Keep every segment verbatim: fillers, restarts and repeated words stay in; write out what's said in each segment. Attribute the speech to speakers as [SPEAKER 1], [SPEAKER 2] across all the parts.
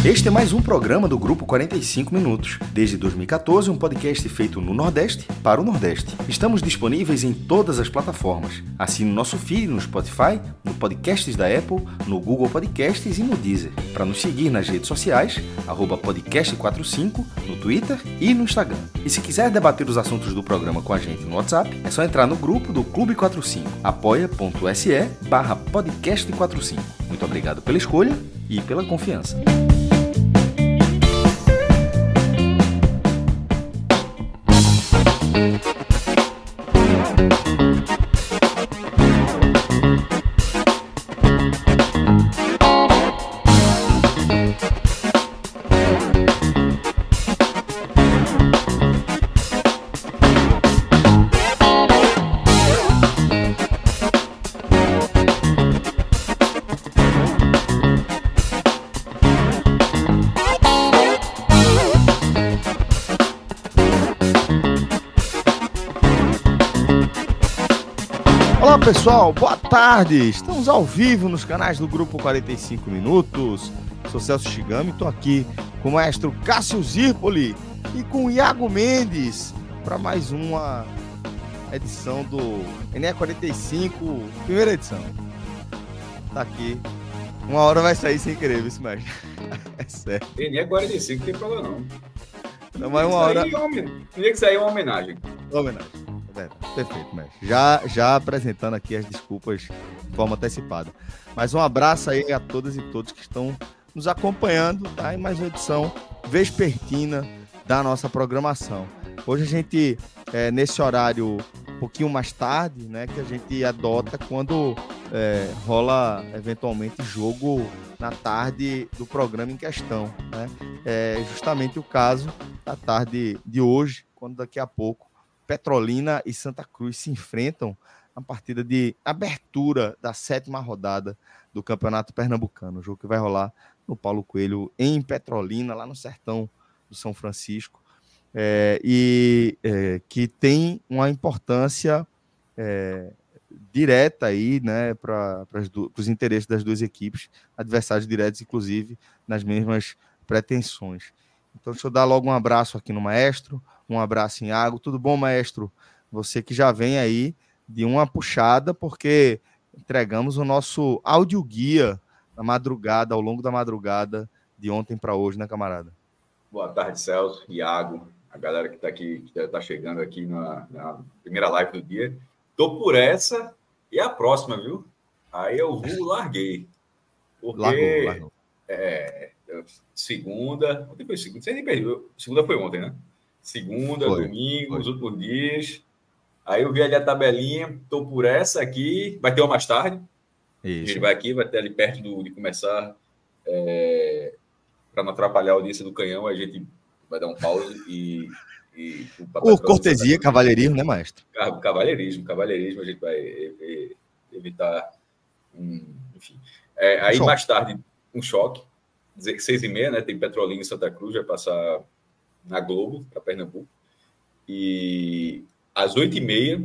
[SPEAKER 1] Este é mais um programa do Grupo quarenta e cinco Minutos. Desde dois mil e catorze, um podcast feito no Nordeste para o Nordeste. Estamos disponíveis em todas as plataformas. Assine o nosso feed no Spotify, no Podcasts da Apple, no Google Podcasts e no Deezer. Para nos seguir nas redes sociais, arroba podcast quarenta e cinco, no Twitter e no Instagram. E se quiser debater os assuntos do programa com a gente no WhatsApp, é só entrar no grupo do Clube quarenta e cinco, apoia.se barra podcast quarenta e cinco. Muito obrigado pela escolha e pela confiança. Olá pessoal, boa tarde! Estamos ao vivo nos canais do Grupo quarenta e cinco Minutos. Sou Celso Shigami, estou aqui com o maestro Cássio Zirpoli e com o Iago Mendes para mais uma edição do N E quarenta e cinco, primeira edição. Tá aqui. Uma hora vai sair sem querer, viu, mestre? É sério.
[SPEAKER 2] N E quarenta e cinco não tem problema não.
[SPEAKER 1] Não, mas uma hora...
[SPEAKER 2] Tinha que sair uma homenagem.
[SPEAKER 1] Homenagem. Perfeito, mestre. Já, já apresentando aqui as desculpas de forma antecipada. Mas um abraço aí a todas e todos que estão nos acompanhando, tá? Em mais uma edição vespertina da nossa programação. Hoje a gente, é, nesse horário um pouquinho mais tarde, né, que a gente adota quando é, rola eventualmente jogo na tarde do programa em questão, né? É justamente o caso da tarde de hoje, quando daqui a pouco Petrolina e Santa Cruz se enfrentam na partida de abertura da sétima rodada do Campeonato Pernambucano. O jogo que vai rolar no Paulo Coelho, em Petrolina, lá no sertão do São Francisco, é, e é, que tem uma importância é, direta aí, né, para os interesses das duas equipes, adversários diretos, inclusive, nas mesmas pretensões. Então, deixa eu dar logo um abraço aqui no maestro, um abraço em Iago. Tudo bom, maestro? Você que já vem aí de uma puxada, porque entregamos o nosso audioguia na madrugada, ao longo da madrugada, de ontem para hoje, né, camarada?
[SPEAKER 2] Boa tarde, Celso, Iago, a galera que está aqui, que está chegando aqui na, na primeira live do dia. Tô por essa e a próxima, viu? Aí eu vou, larguei. Porque,
[SPEAKER 1] largou, largou.
[SPEAKER 2] É... Segunda, ontem foi segunda, você nem perdeu. Segunda foi ontem, né? Segunda, foi, domingo, foi. Os últimos dias. Aí eu vi ali a tabelinha, tô por essa aqui, vai ter uma mais tarde. Isso. A gente vai aqui, vai ter ali perto do, de começar, é, para não atrapalhar a audiência do canhão, a gente vai dar um pause e. e
[SPEAKER 1] o cortesia, cavalheirismo, né, maestro?
[SPEAKER 2] Cavalheirismo, cavalheirismo, a gente vai evitar. Um, enfim. É, aí choque. Mais tarde, um choque. Seis e meia, né? Tem Petrolina e Santa Cruz, vai passar na Globo, para Pernambuco. E às oito e meia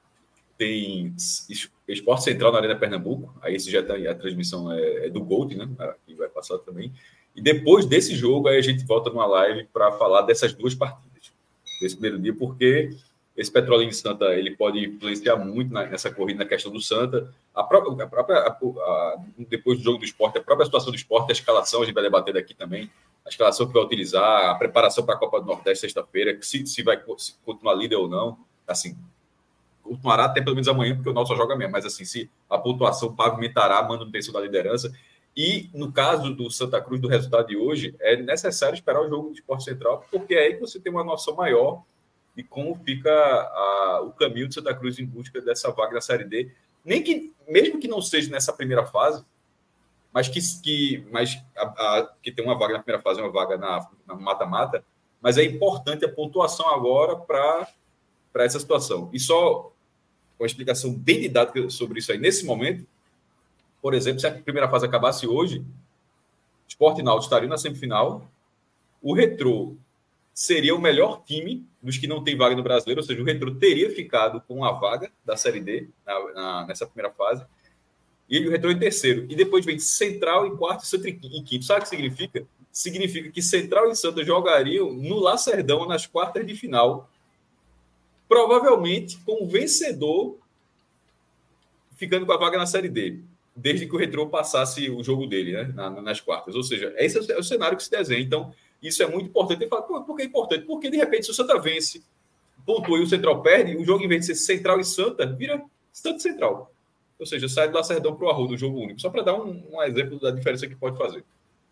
[SPEAKER 2] tem Esporte Central na Arena Pernambuco. Aí esse já tá, a transmissão é, é do Gold, né? Que vai passar também. E depois desse jogo, aí a gente volta numa live para falar dessas duas partidas. Desse primeiro dia, porque esse Petrolina e Santa, ele pode influenciar muito na, nessa corrida, na questão do Santa. A própria, a própria a, a, depois do jogo do esporte, a própria situação do esporte, a escalação, a gente vai debater daqui também, a escalação que vai utilizar, a preparação para a Copa do Nordeste sexta-feira, se, se vai se continuar líder ou não, assim, continuará até pelo menos amanhã, porque o nosso só joga mesmo, mas assim, se a pontuação pavimentará a manutenção da liderança. E no caso do Santa Cruz, do resultado de hoje, é necessário esperar o jogo do Esporte Central, porque é aí que você tem uma noção maior de como fica a, o caminho de Santa Cruz em busca dessa vaga na Série D. Nem que, mesmo que não seja nessa primeira fase, mas que, que, mas a, a, que tem uma vaga na primeira fase, uma vaga na, na mata-mata, mas é importante a pontuação agora para essa situação. E só uma explicação bem didática sobre isso aí, nesse momento, por exemplo, se a primeira fase acabasse hoje, Sport e Náutico estariam na semifinal, o Retrô seria o melhor time dos que não tem vaga no Brasileiro, ou seja, o Retrô teria ficado com a vaga da Série D na, na, nessa primeira fase, e o Retrô em terceiro. E depois vem Central em quarto e Centro em quinto. Sabe o que significa? significa que Central e Santa jogariam no Lacerdão nas quartas de final, provavelmente com o vencedor ficando com a vaga na Série D, desde que o Retrô passasse o jogo dele, né, nas quartas. Ou seja, esse é o cenário que se desenha. Então, isso é muito importante. Fala, por que é importante? Porque, de repente, se o Santa vence, pontua e o Central perde, o jogo, em vez de ser Central e Santa, vira Santa e Central. Ou seja, sai do Lacerdão para o Arruda, do jogo único. Só para dar um, um exemplo da diferença que pode fazer.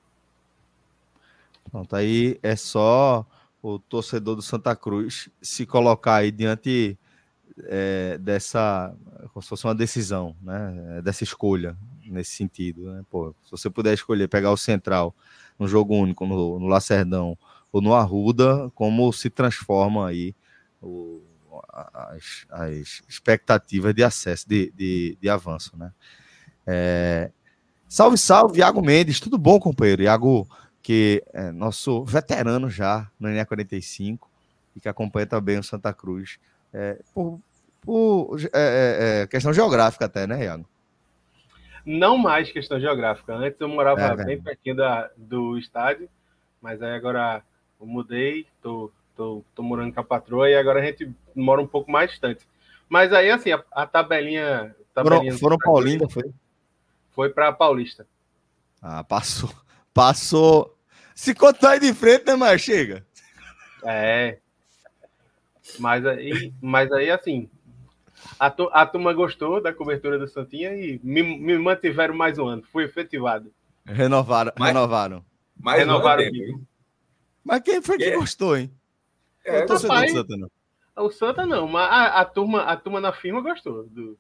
[SPEAKER 1] Pronto, aí é só o torcedor do Santa Cruz se colocar aí diante é, dessa, como se fosse uma decisão, né? Dessa escolha, nesse sentido, né? Pô, se você puder escolher pegar o Central no jogo único, no, no Lacerdão ou no Arruda, como se transforma aí o, as, as expectativas de acesso, de, de, de avanço, né? É, salve, salve, Iago Mendes, tudo bom, companheiro? Iago, que é nosso veterano já no N E quarenta e cinco e que acompanha também o Santa Cruz, é, por, por é, é, questão geográfica até, né, Iago?
[SPEAKER 3] Não mais questão geográfica. Antes eu morava é, bem pertinho da, do estádio, mas aí agora eu mudei, tô, tô, tô morando com a patroa e agora a gente mora um pouco mais distante. Mas aí, assim, a, a tabelinha... tabelinha
[SPEAKER 1] foram foram para Olinda, foi?
[SPEAKER 3] Foi para Paulista.
[SPEAKER 1] Ah, passou. Passou. Se contar aí de frente, né, mas chega.
[SPEAKER 3] É. Mas aí, mas aí assim, a, tu, a turma gostou da cobertura do Santinha e me, me mantiveram mais um ano. Fui efetivado.
[SPEAKER 1] Renovaram. Mas, renovaram.
[SPEAKER 3] Mais renovaram. Um tempo,
[SPEAKER 1] mas quem foi que é. gostou, hein?
[SPEAKER 3] É, o Santa não. O Santa não, mas a, a, turma, a turma na firma gostou. Do...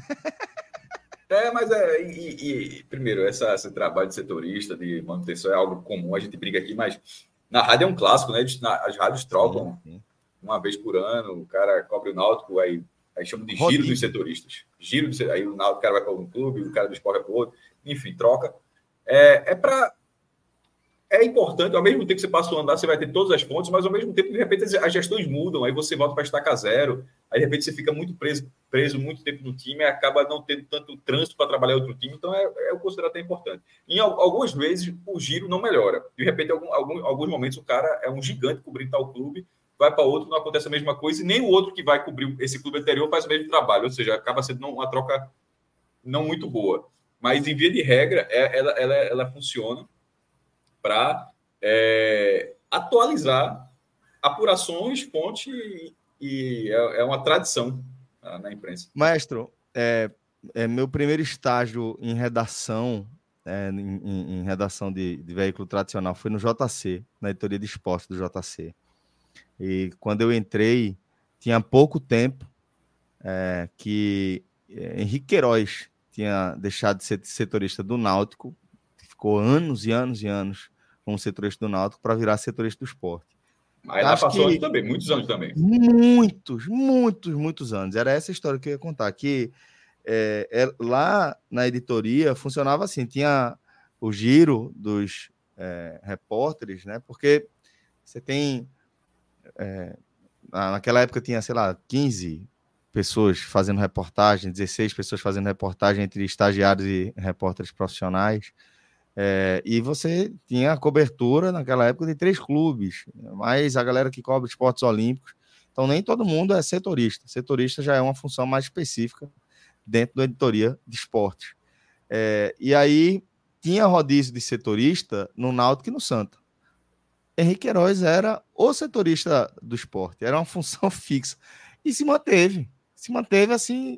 [SPEAKER 2] É, mas é. E, e, primeiro, essa, esse trabalho de setorista, de manutenção, é algo comum, a gente briga aqui, mas na rádio é um clássico, né? As rádios trocam sim, sim. uma vez por ano, o cara cobre o Náutico, aí, aí chama de giro Rodrigo. dos setoristas. Giro do, aí o Náutico, o cara vai para um clube, o cara do esporte vai para o outro, enfim, troca. É, é para. É importante, ao mesmo tempo que você passa o andar, você vai ter todas as fontes, mas ao mesmo tempo, de repente, as gestões mudam, aí você volta para estaca zero, aí de repente você fica muito preso, preso muito tempo no time e acaba não tendo tanto trânsito para trabalhar outro time, então é, é eu considero até importante. Em algumas vezes, o giro não melhora. De repente, em algum, algum, alguns momentos, o cara é um gigante cobrindo tal clube, vai para outro, não acontece a mesma coisa, e nem o outro que vai cobrir esse clube anterior faz o mesmo trabalho, ou seja, acaba sendo uma troca não muito boa. Mas, em via de regra, é, ela, ela, ela funciona para é, atualizar apurações, fonte e, e é, é uma tradição na, na imprensa.
[SPEAKER 1] Maestro, é, é meu primeiro estágio em redação, é, em, em redação de, de veículo tradicional, foi no J C, na editoria de esporte do J C. E quando eu entrei, tinha pouco tempo é, que é, Henrique Queiroz tinha deixado de ser setorista do Náutico, ficou anos e anos e anos como setorista do Náutico para virar setorista do esporte.
[SPEAKER 2] Mas ela passou anos também, muitos anos também.
[SPEAKER 1] Muitos, muitos, muitos anos. Era essa história que eu ia contar, que é, é, lá na editoria funcionava assim, tinha o giro dos é, repórteres, né? Porque você tem... É, naquela época tinha, sei lá, quinze pessoas fazendo reportagem, dezesseis pessoas fazendo reportagem entre estagiários e repórteres profissionais. É, e você tinha a cobertura naquela época de três clubes, mais a galera que cobre esportes olímpicos. Então, nem todo mundo é setorista. Setorista já é uma função mais específica dentro da editoria de esportes. É, e aí, tinha rodízio de setorista no Náutico e no Santa. Henrique Queiroz era o setorista do esporte, era uma função fixa. E se manteve. Se manteve, assim,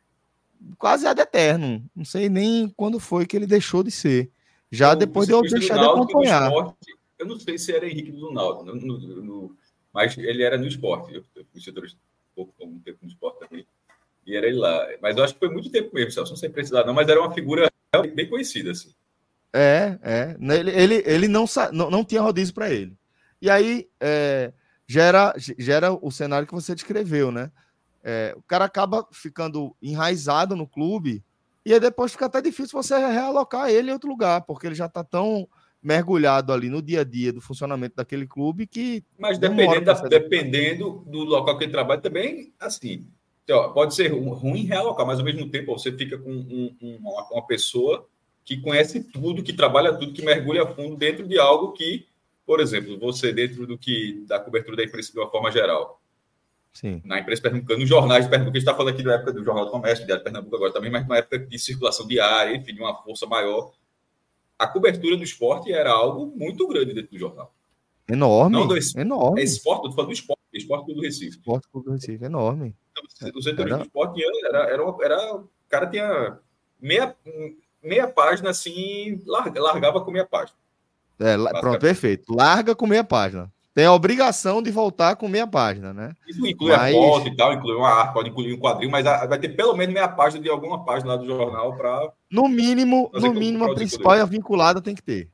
[SPEAKER 1] quase ad eternum. Não sei nem quando foi que ele deixou de ser. Já então, depois de eu deixar de acompanhar.
[SPEAKER 2] Esporte, eu não sei se era Henrique do Náutico, no, no, no, mas ele era no esporte. Eu fui setorista um pouco, um tempo no esporte também. E era ele lá. Mas eu acho que foi muito tempo mesmo, Celso. Não sei precisar, não, mas era uma figura bem conhecida, assim.
[SPEAKER 1] É, é. Ele, ele, ele não, não, não tinha rodízio para ele. E aí, é, gera, gera o cenário que você descreveu, né? É, o cara acaba ficando enraizado no clube e aí depois fica até difícil você realocar ele em outro lugar, porque ele já está tão mergulhado ali no dia a dia do funcionamento daquele clube que...
[SPEAKER 2] Mas dependendo, da, dependendo do local que ele trabalha também, assim, pode ser ruim realocar, mas ao mesmo tempo você fica com um, um, uma, uma pessoa que conhece tudo, que trabalha tudo, que mergulha a fundo dentro de algo que, por exemplo, você dentro do que da cobertura da imprensa de uma forma geral.
[SPEAKER 1] Sim.
[SPEAKER 2] Na imprensa pernambucana, nos jornais de Pernambuco, a gente está falando aqui da época do Jornal do Comércio, do Diário de Pernambuco agora também, mas na época de circulação diária, enfim, de uma força maior. A cobertura do esporte era algo muito grande dentro do jornal.
[SPEAKER 1] Enorme,
[SPEAKER 2] Não do
[SPEAKER 1] enorme.
[SPEAKER 2] É esporte, estou falando do esporte, esporte do Recife.
[SPEAKER 1] Esporte do Recife, enorme.
[SPEAKER 2] Então, o setorista do esporte era, era, era, era, o cara tinha meia, meia página assim, larga, largava com meia página.
[SPEAKER 1] É, pronto, perfeito. Larga com meia página. Tem a obrigação de voltar com meia página, né?
[SPEAKER 2] Isso inclui mas... a foto e tal, inclui uma arte, pode incluir um quadrinho, mas vai ter pelo menos meia página de alguma página lá do jornal para.
[SPEAKER 1] No mínimo, no mínimo, a principal e a vinculada tem que ter.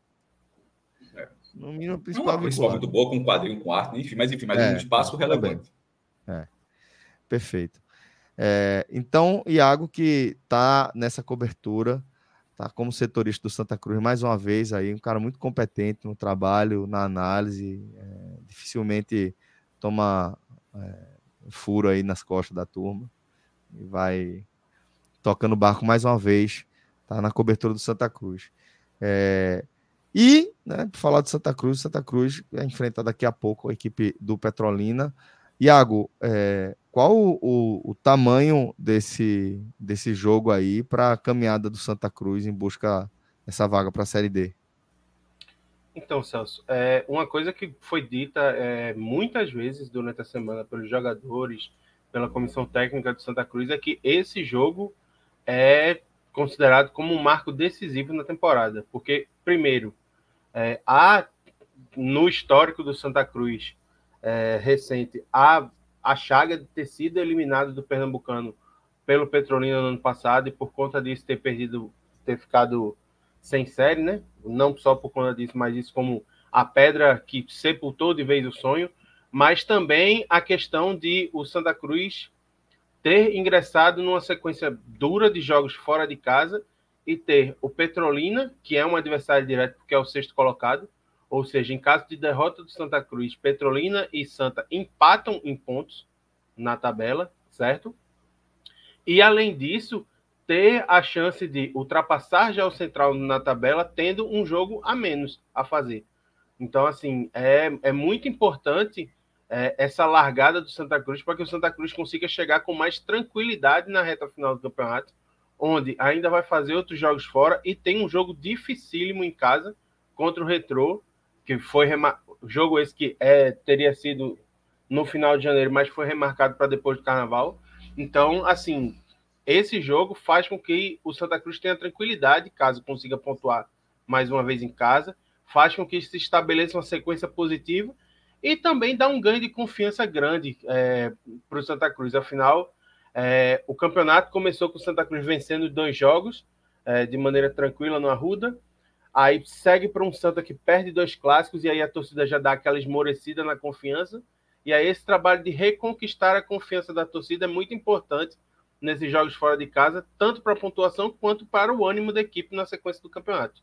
[SPEAKER 2] É.
[SPEAKER 1] No mínimo, a principal.
[SPEAKER 2] Uma principal muito boa, com quadrinho, com arte, enfim, mas enfim, mas
[SPEAKER 1] é,
[SPEAKER 2] um espaço relevante.
[SPEAKER 1] É. Perfeito. É, então, Iago, que está nessa cobertura, tá como setorista do Santa Cruz, mais uma vez, aí, um cara muito competente no trabalho, na análise, é, dificilmente toma é, furo aí nas costas da turma e vai tocando o barco mais uma vez, tá na cobertura do Santa Cruz. É, e, né, para falar de Santa Cruz, Santa Cruz vai enfrentar daqui a pouco a equipe do Petrolina. Iago, é, qual o, o, o tamanho desse, desse jogo aí para a caminhada do Santa Cruz em busca dessa vaga para a Série D?
[SPEAKER 3] Então, Celso, é, uma coisa que foi dita é, muitas vezes durante a semana pelos jogadores, pela comissão técnica do Santa Cruz, é que esse jogo é considerado como um marco decisivo na temporada. Porque, primeiro, é, há no histórico do Santa Cruz é, recente, a, a chaga de ter sido eliminado do Pernambucano pelo Petrolina no ano passado e por conta disso ter perdido, ter ficado sem série, né? Não só por conta disso, mas isso como a pedra que sepultou de vez o sonho, mas também a questão de o Santa Cruz ter ingressado numa sequência dura de jogos fora de casa e ter o Petrolina, que é um adversário direto porque é o sexto colocado, ou seja, em caso de derrota do Santa Cruz, Petrolina e Santa empatam em pontos na tabela, certo? E, além disso, ter a chance de ultrapassar já o Central na tabela, tendo um jogo a menos a fazer. Então, assim, é, é muito importante é, essa largada do Santa Cruz para que o Santa Cruz consiga chegar com mais tranquilidade na reta final do campeonato, onde ainda vai fazer outros jogos fora e tem um jogo dificílimo em casa contra o Retrô, que foi remar... jogo esse que é, teria sido no final de janeiro, mas foi remarcado para depois do Carnaval. Então, assim, esse jogo faz com que o Santa Cruz tenha tranquilidade, caso consiga pontuar mais uma vez em casa, faz com que se estabeleça uma sequência positiva e também dá um ganho de confiança grande é, para o Santa Cruz. Afinal, é, o campeonato começou com o Santa Cruz vencendo dois jogos é, de maneira tranquila no Arruda. Aí segue para um Santa que perde dois clássicos e aí a torcida já dá aquela esmorecida na confiança. E aí esse trabalho de reconquistar a confiança da torcida é muito importante nesses jogos fora de casa, tanto para a pontuação quanto para o ânimo da equipe na sequência do campeonato.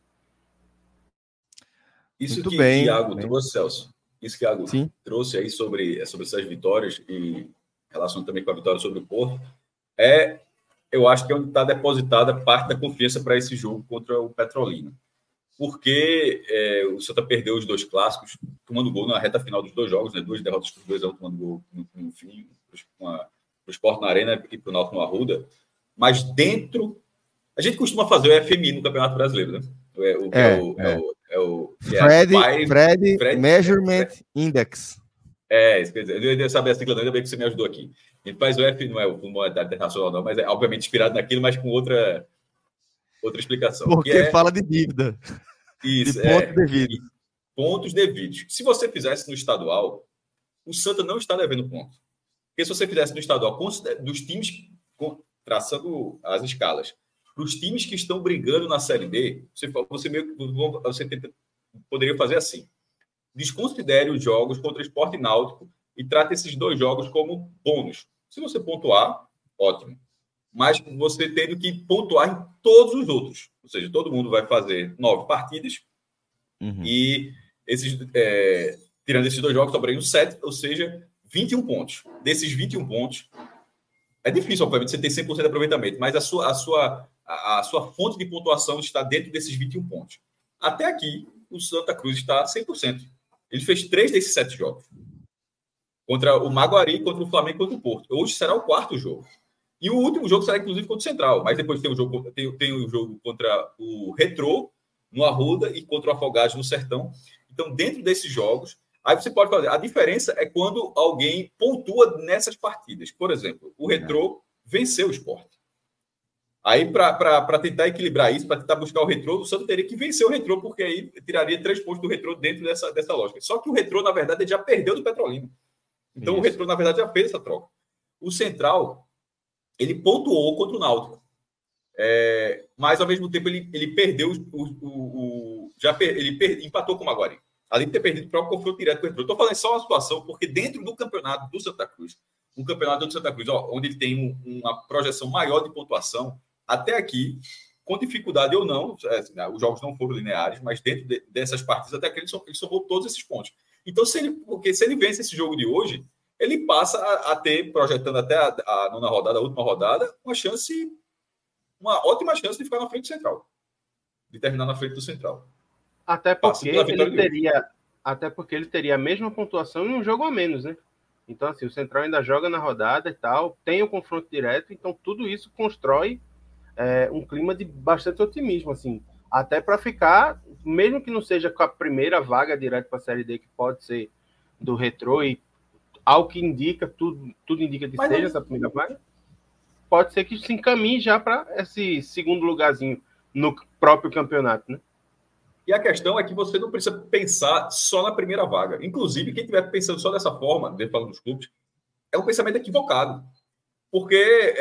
[SPEAKER 2] Isso
[SPEAKER 1] muito
[SPEAKER 2] que
[SPEAKER 1] bem,
[SPEAKER 2] Iago
[SPEAKER 1] bem.
[SPEAKER 2] trouxe, Celso, isso que Iago
[SPEAKER 1] Sim.
[SPEAKER 2] trouxe aí sobre, sobre essas vitórias e relação também com a vitória sobre o Porto, é, eu acho que é onde está depositada parte da confiança para esse jogo contra o Petrolina. Porque é, o Santa perdeu os dois clássicos, tomando gol na reta final dos dois jogos, né? Duas derrotas por dois a um, tomando gol no, no fim, para o Sport na Arena e para o Náutico no Arruda. Mas dentro... A gente costuma fazer o F M I no Campeonato Brasileiro, né? O, o, que é, é, o, é. É o, é o que
[SPEAKER 1] Fred,
[SPEAKER 2] é pai,
[SPEAKER 1] Fred,
[SPEAKER 2] Fred
[SPEAKER 1] Measurement
[SPEAKER 2] Fred.
[SPEAKER 1] Index.
[SPEAKER 2] É, isso quer dizer, eu ia saber a sigla, ainda bem que você me ajudou aqui. A gente faz o F, não é o Fundo Monetário Internacional, não, mas é obviamente inspirado naquilo, mas com outra, outra explicação.
[SPEAKER 1] Porque
[SPEAKER 2] que é...
[SPEAKER 1] fala de dívida.
[SPEAKER 2] Isso,
[SPEAKER 1] de pontos
[SPEAKER 2] é,
[SPEAKER 1] devidos.
[SPEAKER 2] Pontos devidos. Se você fizesse no estadual, o Santa não está devendo pontos. Porque se você fizesse no estadual, dos times, traçando as escalas, para os times que estão brigando na Série D, você, você, meio, você tenta, poderia fazer assim. Desconsidere os jogos contra o Sport e Náutico e trate esses dois jogos como bônus. Se você pontuar, ótimo. Mas você tendo que pontuar em todos os outros. Ou seja, todo mundo vai fazer nove partidas uhum. e esses, é, tirando esses dois jogos, sobrariam sete, ou seja, vinte e um pontos. Desses vinte e um pontos, é difícil, obviamente, você ter cem por cento de aproveitamento, mas a sua, a sua, a, a, a sua fonte de pontuação está dentro desses vinte e um pontos. Até aqui, o Santa Cruz está cem por cento. Ele fez três desses sete jogos. Contra o Maguari, contra o Flamengo e contra o Porto. Hoje será o quarto jogo. E o último jogo será, inclusive, contra o Central. Mas depois tem o jogo, tem, tem o jogo contra o Retrô, no Arruda, e contra o Afogados, no Sertão. Então, dentro desses jogos, aí você pode fazer. A diferença é quando alguém pontua nessas partidas. Por exemplo, o Retrô venceu o Sport. Aí, para tentar equilibrar isso, para tentar buscar o Retrô, o Santos teria que vencer o Retrô, porque aí tiraria três pontos do Retrô dentro dessa, dessa lógica. Só que o Retrô, na verdade, ele já perdeu do Petrolina. Então, isso. O Retrô, na verdade, já fez essa troca. O Central, ele pontuou contra o Náutico. É, mas, ao mesmo tempo, ele, ele perdeu o... o, o já per, ele per, empatou com o Maguari. Além de ter perdido o próprio confronto direto com o Retrô. Estou falando só uma situação, porque dentro do campeonato do Santa Cruz, um campeonato do Santa Cruz, ó, onde ele tem um, uma projeção maior de pontuação, até aqui, com dificuldade ou não, é, os jogos não foram lineares, mas dentro de, dessas partidas, até aqui ele, ele somou todos esses pontos. Então, se ele, porque se ele vence esse jogo de hoje, ele passa a, a ter, projetando até a, a nona rodada, a última rodada, uma chance, uma ótima chance de ficar na frente do Central. De terminar na frente do Central.
[SPEAKER 3] Até porque, ele teria, até porque ele teria a mesma pontuação em um jogo a menos, né? Então, assim, o Central ainda joga na rodada e tal, tem o confronto direto, então tudo isso constrói É, um clima de bastante otimismo, assim, até para ficar, mesmo que não seja com a primeira vaga direto para a Série D, que pode ser do Retrô, e ao que indica, tudo, tudo indica que Mas seja é... essa primeira vaga, pode ser que se encaminhe já para esse segundo lugarzinho no próprio campeonato, né?
[SPEAKER 2] E a questão é que você não precisa pensar só na primeira vaga. Inclusive, quem estiver pensando só dessa forma, falando dos clubes, é um pensamento equivocado. Porque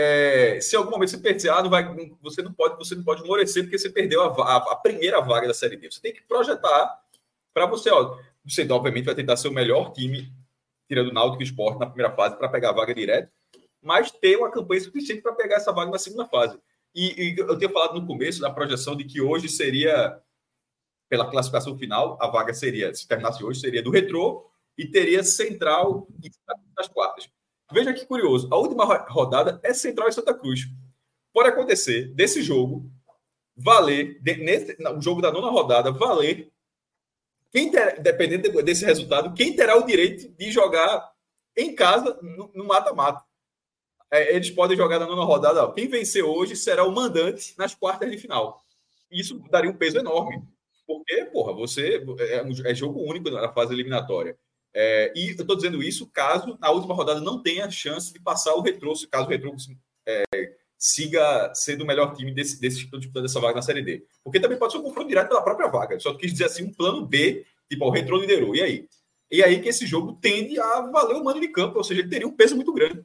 [SPEAKER 2] é, se em algum momento você perder, ah, não vai, você, não pode, você não pode esmorecer porque você perdeu a, a, a primeira vaga da Série D. Você tem que projetar para você. Ó, você, obviamente, vai tentar ser o melhor time, tirando o Náutico e o Sport na primeira fase, para pegar a vaga direto, mas ter uma campanha suficiente para pegar essa vaga na segunda fase. E, e eu tinha falado no começo da projeção de que hoje seria, pela classificação final, a vaga seria, se terminasse hoje, seria do Retrô e teria Central e nas quartas. Veja que curioso, a última rodada é Central e Santa Cruz. Pode acontecer desse jogo valer, de, nesse, o jogo da nona rodada, valer, quem ter, dependendo desse resultado, quem terá o direito de jogar em casa no mata-mata. É, eles podem jogar na nona rodada, ó, quem vencer hoje será o mandante nas quartas de final. Isso daria um peso enorme, porque, porra, você é, um, é jogo único na fase eliminatória. É, e eu estou dizendo isso caso na última rodada não tenha chance de passar o Retrô, caso o Retrô é, siga sendo o melhor time desse, desse tipo dessa vaga na Série D. Porque também pode ser um confronto direto pela própria vaga. Só quis dizer assim, um plano B, tipo, o Retrô liderou. E aí? E aí que esse jogo tende a valer o mando de campo, ou seja, ele teria um peso muito grande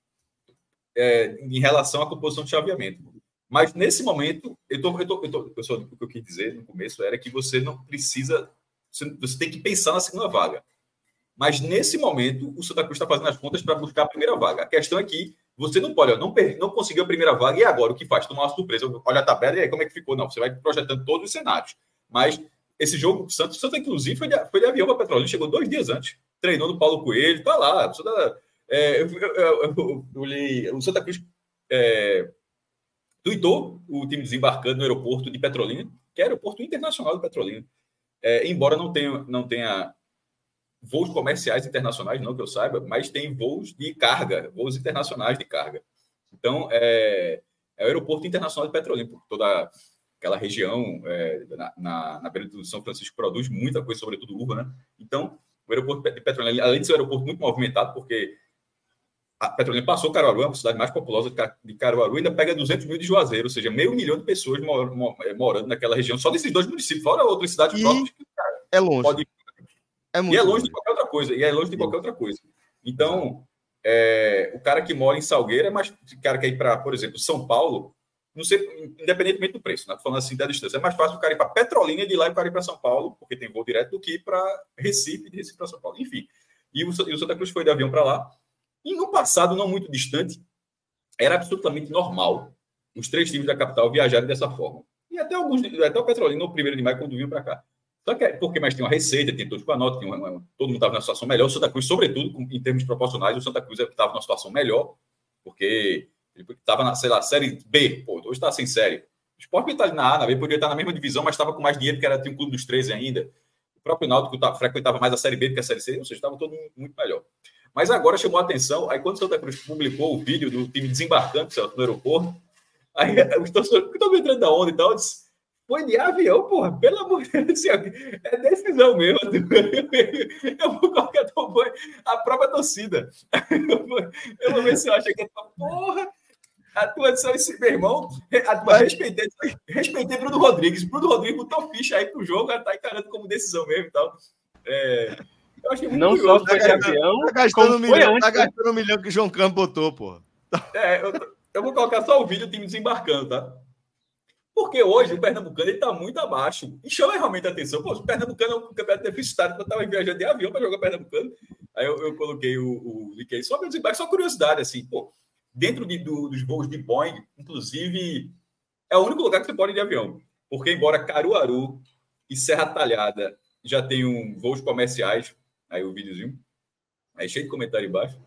[SPEAKER 2] é, em relação à composição de chaveamento. Mas nesse momento, eu tô, eu tô, eu tô, eu só, o que eu quis dizer no começo era que você não precisa, você, você tem que pensar na segunda vaga. Mas, nesse momento, o Santa Cruz está fazendo as contas para buscar a primeira vaga. A questão é que você não pode, ó, não, não conseguiu a primeira vaga, e agora o que faz? Tomar uma surpresa. Olha a tabela e aí como é que ficou? Não, você vai projetando todos os cenários. Mas esse jogo, o Santos, Santos inclusive, foi de, foi de avião para Petrolina, chegou dois dias antes. Treinou no Paulo Coelho, está lá. Tá, é, eu, eu, eu, eu, eu li, o Santa Cruz é, tuitou o time desembarcando no aeroporto de Petrolina, que é o aeroporto internacional de Petrolina. É, embora não tenha... Não tenha voos comerciais internacionais, não que eu saiba, mas tem voos de carga, voos internacionais de carga. Então, é, é o aeroporto internacional de Petrolina, porque toda aquela região é, na, na, na beira do São Francisco produz muita coisa, sobretudo uva, né? Então, o aeroporto de Petrolina, além de ser um aeroporto muito movimentado, porque a Petrolina passou Caruaru, é a cidade mais populosa de Caruaru, ainda pega duzentos mil de Juazeiro, ou seja, meio milhão de pessoas mor, mor, morando naquela região, só desses dois municípios, fora outras cidades
[SPEAKER 1] e
[SPEAKER 2] próximas.
[SPEAKER 1] Cara, é longe. Pode...
[SPEAKER 2] É e é longe de qualquer outra coisa. E é longe de qualquer outra coisa. Então, é, o cara que mora em Salgueiro é mais... O cara que ir para, por exemplo, São Paulo, não sei, independentemente do preço, né? Tô falando assim da distância. É mais fácil o cara ir para Petrolina e de lá e o cara ir para São Paulo, porque tem voo direto, do que ir para Recife e de Recife para São Paulo. Enfim. E o, e o Santa Cruz foi de avião para lá. E no passado, não muito distante, era absolutamente normal os três times da capital viajarem dessa forma. E até alguns, até o Petrolina, no primeiro de maio, quando vinham para cá. Só que porque mais tem uma receita, tem todos com a nota, uma, uma, todo mundo estava numa situação melhor. O Santa Cruz, sobretudo, em termos proporcionais, o Santa Cruz estava numa situação melhor, porque ele estava na, sei lá, Série B, pô, hoje está sem série. O Sport está ali na A, na B, poderia estar na mesma divisão, mas estava com mais dinheiro, porque era, tinha um clube dos treze ainda. O próprio Náutico frequentava mais a Série B do que a Série C, ou seja, estava todo muito melhor. Mas agora chamou a atenção, aí quando o Santa Cruz publicou o vídeo do time desembarcando no aeroporto, aí os torcedores que estão entrando da onda e tal, disse, foi de avião, porra, pelo amor de Deus, é decisão mesmo. Eu vou colocar a própria torcida. Eu vou ver se eu acho que é porra. A tua edição, esse meu irmão, a tua, respeitei, respeitei Bruno Rodrigues. Bruno Rodrigues botou ficha aí pro jogo, tá encarando como decisão mesmo e tal. É, eu achei muito
[SPEAKER 3] não
[SPEAKER 2] curioso.
[SPEAKER 3] Só foi de avião,
[SPEAKER 1] tá gastando um milhão, antes, tá gastando um milhão que o João Campos botou, porra.
[SPEAKER 2] É, eu, eu vou colocar só o vídeo do time desembarcando, tá? Porque hoje o Pernambucano ele tá muito abaixo. E chama realmente a atenção. Pô, o Pernambucano é um campeonato deficitário, porque eu estava viajando de avião para jogar Pernambucano. Aí eu, eu coloquei o, o link aí só para desembarque, só curiosidade, assim, pô. Dentro de, do, dos voos de Boeing, inclusive, é o único lugar que você pode ir de avião. Porque, embora Caruaru e Serra Talhada já tenham voos comerciais, aí o videozinho, aí cheio de comentário embaixo.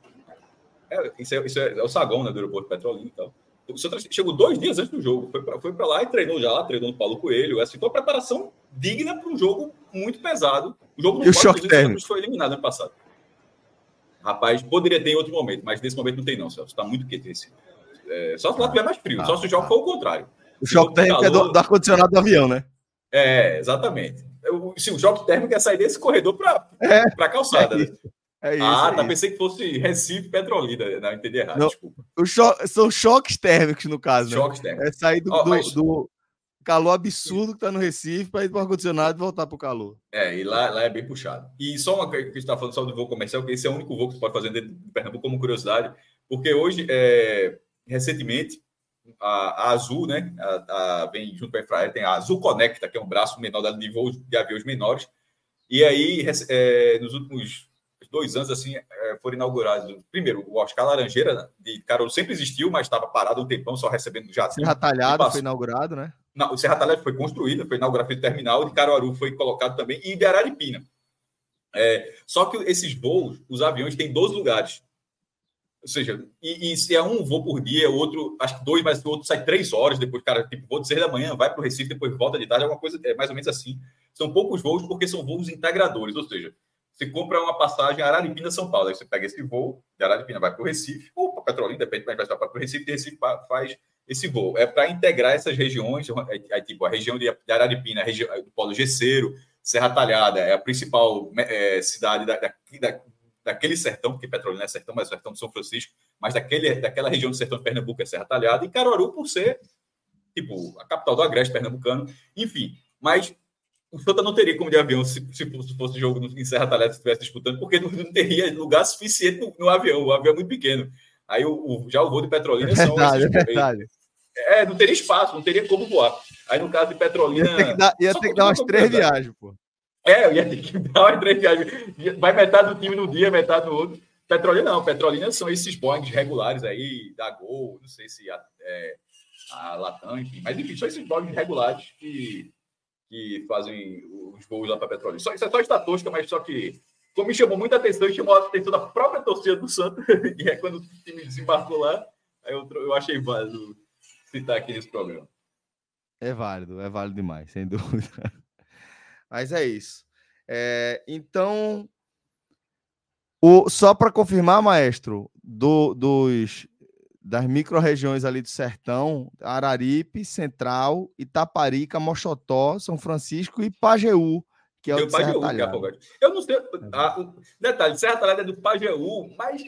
[SPEAKER 2] É, isso, é, isso é, é o saguão, né, do aeroporto Petrolina e tal. O Santa chegou dois dias antes do jogo, foi para foi para lá e treinou já lá, treinou no Paulo Coelho. Assim, foi uma preparação digna para um jogo muito pesado. O jogo
[SPEAKER 1] no choque térmico
[SPEAKER 2] foi eliminado ano passado. Rapaz, poderia ter em outro momento, mas nesse momento não tem não, Celso. Está muito quente esse. É, só se lá tiver mais frio, ah, só se o jogo for o contrário.
[SPEAKER 1] O choque térmico calor... é do, do ar-condicionado do avião, né?
[SPEAKER 2] É, exatamente. Eu, se o choque térmico é sair desse corredor para é, a calçada, é né?
[SPEAKER 1] É isso,
[SPEAKER 2] ah,
[SPEAKER 1] é
[SPEAKER 2] tá.
[SPEAKER 1] isso.
[SPEAKER 2] Pensei que fosse Recife, Petrolina. Não, entendi errado,
[SPEAKER 1] não,
[SPEAKER 2] desculpa.
[SPEAKER 1] O cho... São choques térmicos, no caso,
[SPEAKER 2] choques
[SPEAKER 1] né?
[SPEAKER 2] térmicos.
[SPEAKER 1] É sair do,
[SPEAKER 2] oh,
[SPEAKER 1] do,
[SPEAKER 2] mas...
[SPEAKER 1] do calor absurdo que tá no Recife para ir para o ar-condicionado e voltar para o calor.
[SPEAKER 2] É, e lá, lá é bem puxado. E só uma coisa que a gente está falando só do voo comercial, que esse é o único voo que você pode fazer dentro do Pernambuco, como curiosidade, porque hoje, é, recentemente, a, a Azul, né, a, a, vem junto com a Infraero, tem a Azul Conecta, que é um braço menor de voos de aviões menores, e aí, é, nos últimos dois anos, assim, é, foram inaugurados, primeiro, o Oscar Laranjeira, de Caruaru sempre existiu, mas estava parado um tempão, só recebendo jato.
[SPEAKER 1] Serra Talhada foi inaugurado, né?
[SPEAKER 2] Não, o Serra Talhada foi construída, foi inaugurado o terminal, de Caruaru foi colocado também, e de Araripina. É, só que esses voos, os aviões têm doze lugares. Ou seja, e, e se é um voo por dia, outro, acho que dois, mas o outro sai três horas, depois, cara, tipo, voo de seis da manhã, vai para o Recife, depois volta de tarde, é uma coisa, é mais ou menos assim. São poucos voos porque são voos integradores, ou seja, você compra uma passagem Araripina-São Paulo, aí você pega esse voo, de Araripina vai para o Recife, ou para Petrolina, depende, mas vai para o Recife, e Recife faz esse voo. É para integrar essas regiões, é, tipo, a região de Araripina, a região do Polo Gesseiro, Serra Talhada, é a principal é, cidade da, da, da, daquele sertão, porque Petrolina é sertão, mas é sertão de São Francisco, mas daquele, daquela região do sertão de Pernambuco é Serra Talhada, e Caruaru por ser, tipo, a capital do agreste pernambucano, enfim, mas o Santa não teria como de avião se, se fosse jogo em Serra Talhada, se estivesse disputando, porque não, não teria lugar suficiente no, no avião. O avião é muito pequeno. Aí o, o, já o voo de Petrolina
[SPEAKER 1] é verdade,
[SPEAKER 2] são...
[SPEAKER 1] É verdade.
[SPEAKER 2] É, não teria espaço, não teria como voar. Aí no caso de Petrolina...
[SPEAKER 1] Ia ter que dar, ia ter que dar umas três viagens, pô.
[SPEAKER 2] É, eu ia ter que dar umas três viagens. Vai metade do time no dia, metade no outro. Petrolina não. Petrolina são esses Boeings regulares aí, da Gol, não sei se a, é, a Latam, enfim. Mas enfim, são esses Boeings regulares que... que fazem os voos lá para Petrolina. Só, isso é só estatística, mas só que, como me chamou muita atenção, e chamou a atenção da própria torcida do Santos, e é quando o time desembarcou lá, aí eu, eu achei válido citar aqui nesse programa.
[SPEAKER 1] É válido, é válido demais, sem dúvida. Mas é isso. É, então, o, só para confirmar, maestro, do, dos... das micro-regiões ali do Sertão, Araripe, Central, Itaparica, Moxotó, São Francisco e Pajeú, que é o, o Serra
[SPEAKER 2] Pajeú,
[SPEAKER 1] Talhada.
[SPEAKER 2] Que é eu não sei... A, o, detalhe, Serra Talhada é do Pajeú, mas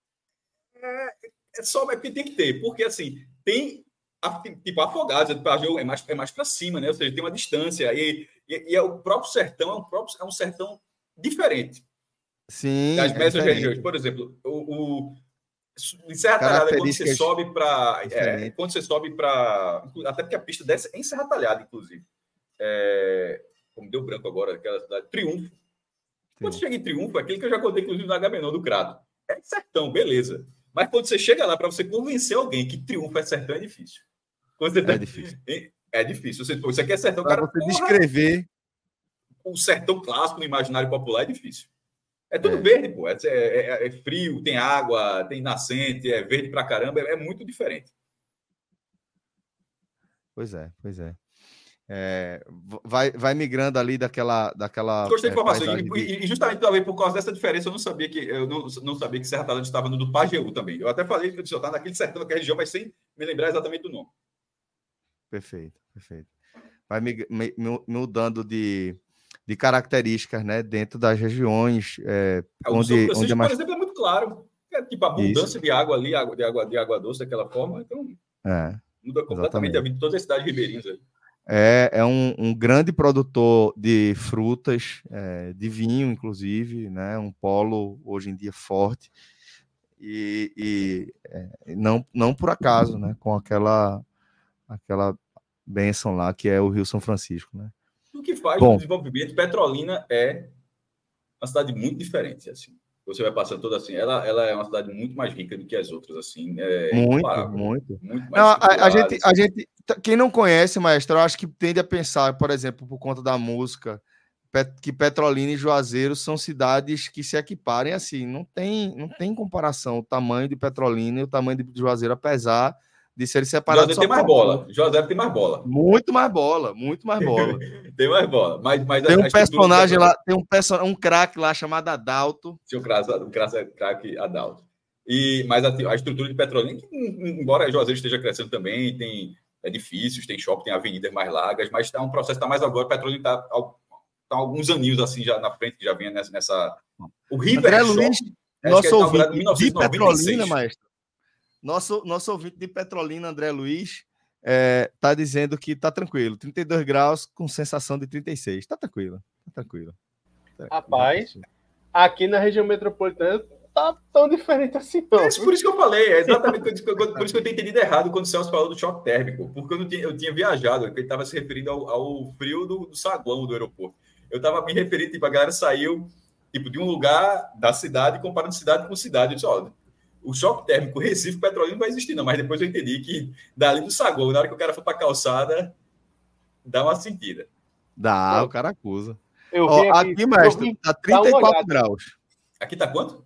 [SPEAKER 2] é, é só é porque tem que ter, porque assim, tem a, tipo, Afogados, o Pajeú é mais, é mais para cima, né? Ou seja, tem uma distância, e, e, e é o próprio sertão, é um, próprio, é um sertão diferente.
[SPEAKER 1] Sim,
[SPEAKER 2] das
[SPEAKER 1] é
[SPEAKER 2] mesmas regiões. Por exemplo, o... o em Serra Talhada, quando você sobe para. É, quando você sobe para. Até porque a pista desce em Serra Talhada, inclusive. É, como deu branco agora, aquela cidade. Triunfo. Sim. Quando você chega em Triunfo, é aquele que eu já contei, inclusive, no Agamenon do Crato. É sertão, beleza. Mas quando você chega lá, para você convencer alguém que Triunfo é sertão, é difícil. Quando você tá...
[SPEAKER 1] É difícil.
[SPEAKER 2] É difícil. Você, pô, isso aqui é sertão,
[SPEAKER 1] pra
[SPEAKER 2] cara.
[SPEAKER 1] Você porra, descrever.
[SPEAKER 2] O sertão clássico no imaginário popular é difícil. É tudo é. verde, pô. É, é, é frio, tem água, tem nascente, é verde pra caramba. É, é muito diferente.
[SPEAKER 1] pois é, pois é. É, vai, vai migrando ali daquela... daquela
[SPEAKER 2] Gostei de
[SPEAKER 1] é,
[SPEAKER 2] informação. E,
[SPEAKER 1] de...
[SPEAKER 2] e justamente talvez por causa dessa diferença, eu não sabia que eu não, não sabia que Serra Talhada estava no do Pajeú também. Eu até falei que eu estava naquele sertão, naquela região, mas sem me lembrar exatamente do nome.
[SPEAKER 1] Perfeito, perfeito. Vai mig, mig, mudando de, de características, né? Dentro das regiões. É,
[SPEAKER 2] é, o
[SPEAKER 1] onde,
[SPEAKER 2] São Francisco,
[SPEAKER 1] onde é mais...
[SPEAKER 2] por exemplo, é muito claro. É, tipo, a abundância Isso. de água ali, água, de, água, de água doce daquela forma, então
[SPEAKER 1] é,
[SPEAKER 2] muda completamente exatamente. A vida de toda a cidade ribeirinhas aí.
[SPEAKER 1] É, é um, um grande produtor de frutas, é, de vinho, inclusive, né? Um polo hoje em dia forte. E, e é, não, não por acaso, né? Com aquela, aquela bênção lá, que é o Rio São Francisco, né?
[SPEAKER 2] O que faz
[SPEAKER 1] Bom,
[SPEAKER 2] o desenvolvimento, Petrolina é uma cidade muito diferente, assim. Você vai passando toda assim, ela, ela é uma cidade muito mais rica do que as outras, assim, é
[SPEAKER 1] muito, muito,
[SPEAKER 2] muito mais
[SPEAKER 1] não, a, a gente, a gente, quem não conhece, maestro, eu acho que tende a pensar, por exemplo, por conta da música, que Petrolina e Juazeiro são cidades que se equiparem assim, não tem, não tem comparação o tamanho de Petrolina e o tamanho de Juazeiro, apesar de serem separados.
[SPEAKER 2] Juazeiro tem mais bola, Juazeiro tem mais bola.
[SPEAKER 1] Muito mais bola, muito mais bola.
[SPEAKER 2] Tem mais bola, mas, mas
[SPEAKER 1] tem um personagem lá, tem um, person... um craque lá chamado Adalto.
[SPEAKER 2] Tinha um craque, um craque Adalto. E, mas a, a estrutura de Petrolina, que, embora Juazeiro esteja crescendo também, tem edifícios, tem shopping, tem avenidas mais largas, mas está um processo, está mais agora, Petrolina está tá alguns aninhos assim já na frente, que já vinha nessa... nessa... O River
[SPEAKER 1] André Luiz,
[SPEAKER 2] Shopping,
[SPEAKER 1] nosso ouvinte de Petrolina, maestro. Nosso, nosso ouvinte de Petrolina, André Luiz, é, tá dizendo que tá tranquilo. trinta e dois graus com sensação de trinta e seis. Tá tranquilo, tá tranquilo.
[SPEAKER 3] Rapaz, aqui na região metropolitana tá tão diferente assim, não.
[SPEAKER 2] É por isso que eu falei, é exatamente por isso que eu, por isso que eu tenho entendido errado quando o Celso falou do choque térmico, porque eu, não tinha, eu tinha viajado, ele estava se referindo ao, ao frio do, do saguão do aeroporto. Eu estava me referindo, tipo, a galera saiu tipo, de um lugar da cidade, comparando cidade com cidade. Eu disse, ó, o choque térmico Recife, Petrolina não vai existir, não. Mas depois eu entendi que dali do saguão, na hora que o cara for para a calçada, dá uma sentida.
[SPEAKER 1] Dá, o cara acusa.
[SPEAKER 3] Eu
[SPEAKER 1] Ó, aqui, aqui mestre, tá trinta e quatro graus.
[SPEAKER 2] Aqui tá quanto?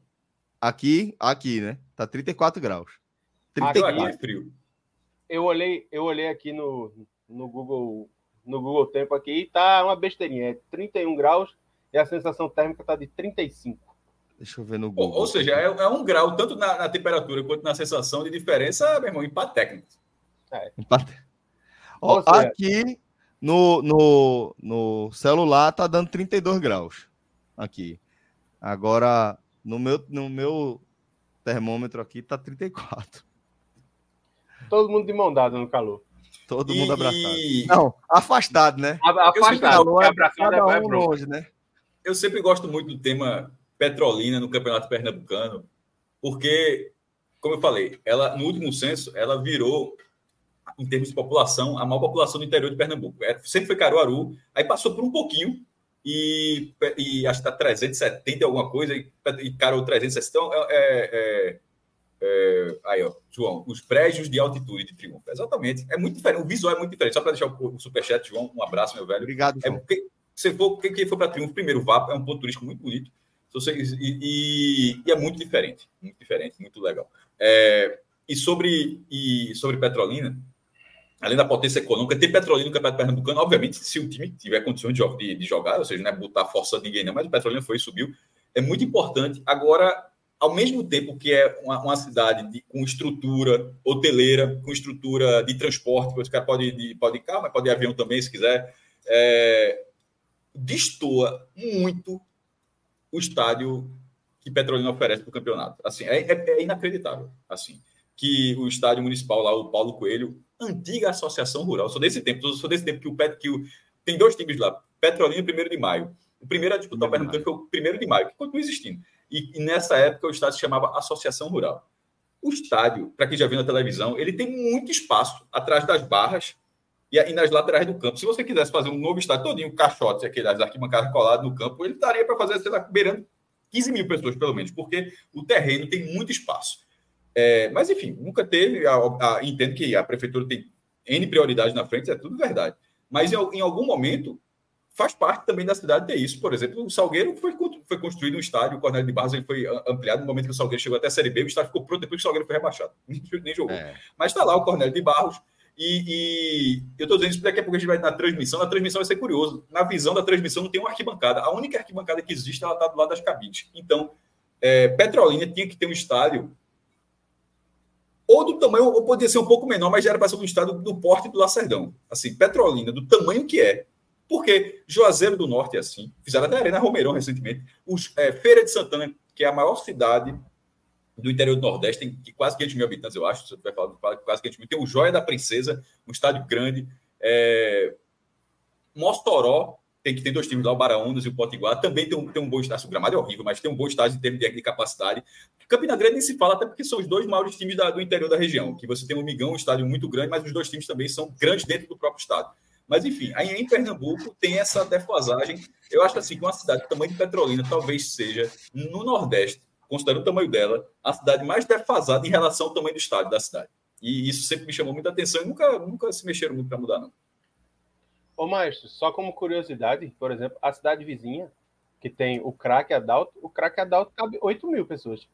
[SPEAKER 1] Aqui, aqui, né? Tá trinta e quatro graus. trinta e quatro.
[SPEAKER 2] Aqui é frio.
[SPEAKER 3] Eu olhei, eu olhei aqui no, no Google, no Google Tempo aqui e tá uma besteirinha. É trinta e um graus e a sensação térmica tá de trinta e cinco.
[SPEAKER 1] Deixa eu ver no Google.
[SPEAKER 2] Ou, ou seja, é, é um grau, tanto na, na temperatura quanto na sensação de diferença, meu irmão, empate técnico.
[SPEAKER 1] É. Empate. Ó, aqui no, no, no celular tá dando trinta e dois graus. Aqui. Agora, no meu, no meu termômetro aqui tá trinta e quatro.
[SPEAKER 3] Todo mundo de mão dada no calor.
[SPEAKER 1] Todo
[SPEAKER 2] e,
[SPEAKER 1] mundo abraçado.
[SPEAKER 2] E...
[SPEAKER 1] Não, afastado, né?
[SPEAKER 3] Afastado.
[SPEAKER 1] É abraçado é um longe, né?
[SPEAKER 2] Eu sempre gosto muito do tema Petrolina no Campeonato Pernambucano, porque, como eu falei, ela no último censo, ela virou, em termos de população, a maior população do interior de Pernambuco. É, sempre foi Caruaru, aí passou por um pouquinho, e, e acho que está trezentos e setenta alguma coisa, e, e Caruaru trezentos e sessenta. Então, é, é, é, aí, ó, João, os prédios de altitude de Triunfo. Exatamente. É muito diferente, o visual é muito diferente. Só para deixar o, o superchat, João, um abraço, meu velho.
[SPEAKER 1] Obrigado, João.
[SPEAKER 2] É porque, se for, quem for para Triunfo, primeiro, o V A P é um ponto turístico muito bonito. E, e, e é muito diferente, muito diferente, muito legal. É, e, sobre, e sobre Petrolina, além da potência econômica, ter Petrolina no Campeonato Pernambucano, obviamente, se o time tiver condições de, de, de jogar, ou seja, não é botar força de ninguém, não, mas o Petrolina foi e subiu, é muito importante. Agora, ao mesmo tempo que é uma, uma cidade de, com estrutura hoteleira, com estrutura de transporte, os caras podem ir pode de carro, mas pode ir de avião também, se quiser, é, destoa muito o estádio que Petrolina oferece para o campeonato. Assim, é, é, é inacreditável. Assim, que o estádio municipal lá, o Paulo Coelho, antiga associação rural, sou desse tempo, sou desse tempo que o, Pet, que o tem dois times lá, Petrolina e primeiro de maio. O primeiro a disputar o Pernambucano foi o primeiro de maio, que continua existindo. E, e nessa época o estádio se chamava Associação Rural. O estádio, para quem já viu na televisão, ele tem muito espaço atrás das barras e, e nas laterais do campo. Se você quisesse fazer um novo estádio todinho, caixote, aquelas arquibancadas coladas no campo, ele daria para fazer, sei lá, beirando quinze mil pessoas, pelo menos, porque o terreno tem muito espaço. É, mas, enfim, nunca teve. A, a, entendo que a prefeitura tem N prioridades na frente, é tudo verdade. Mas, em, em algum momento, faz parte também da cidade ter isso. Por exemplo, o Salgueiro foi, foi construído um estádio, o Cornélio de Barros ele foi ampliado no momento que o Salgueiro chegou até a Série B, o estádio ficou pronto depois que o Salgueiro foi rebaixado. Nem jogou. É. Mas está lá o Cornélio de Barros, E, e eu estou dizendo isso porque daqui a pouco a gente vai na transmissão. Na transmissão vai ser curioso. Na visão da transmissão não tem uma arquibancada. A única arquibancada que existe, ela está do lado das cabines. Então, é, Petrolina tinha que ter um estádio ou do tamanho, ou podia ser um pouco menor, mas já era para ser um estádio do porte do Lacerdão. Assim, Petrolina, do tamanho que é. Porque Juazeiro do Norte é assim. Fizeram até a Arena Romeirão recentemente. Os, é, Feira de Santana, que é a maior cidade do interior do Nordeste, tem quase quinhentos mil habitantes, eu acho. Você vai falar quase quinhentos mil. Tem o Joia da Princesa, um estádio grande. É... Mossoró, tem que ter dois times lá, o Baraúnas e o Potiguar. Também tem um, tem um bom estádio. O gramado é horrível, mas tem um bom estádio em termos de, de capacidade. Campina Grande nem se fala, até porque são os dois maiores times da, do interior da região. Que você tem um Migão, um estádio muito grande, mas os dois times também são grandes dentro do próprio estádio. Mas, enfim, aí em Pernambuco tem essa defasagem. Eu acho assim, que uma cidade do tamanho de Petrolina talvez seja, no Nordeste, considerando o tamanho dela, a cidade mais defasada em relação ao tamanho do estádio da cidade. E isso sempre me chamou muita atenção e nunca, nunca se mexeram muito para mudar, não.
[SPEAKER 3] Ô, Maestro, só como curiosidade, por exemplo, a cidade vizinha, que tem o Craque Adalto, o Craque Adalto cabe oito mil pessoas.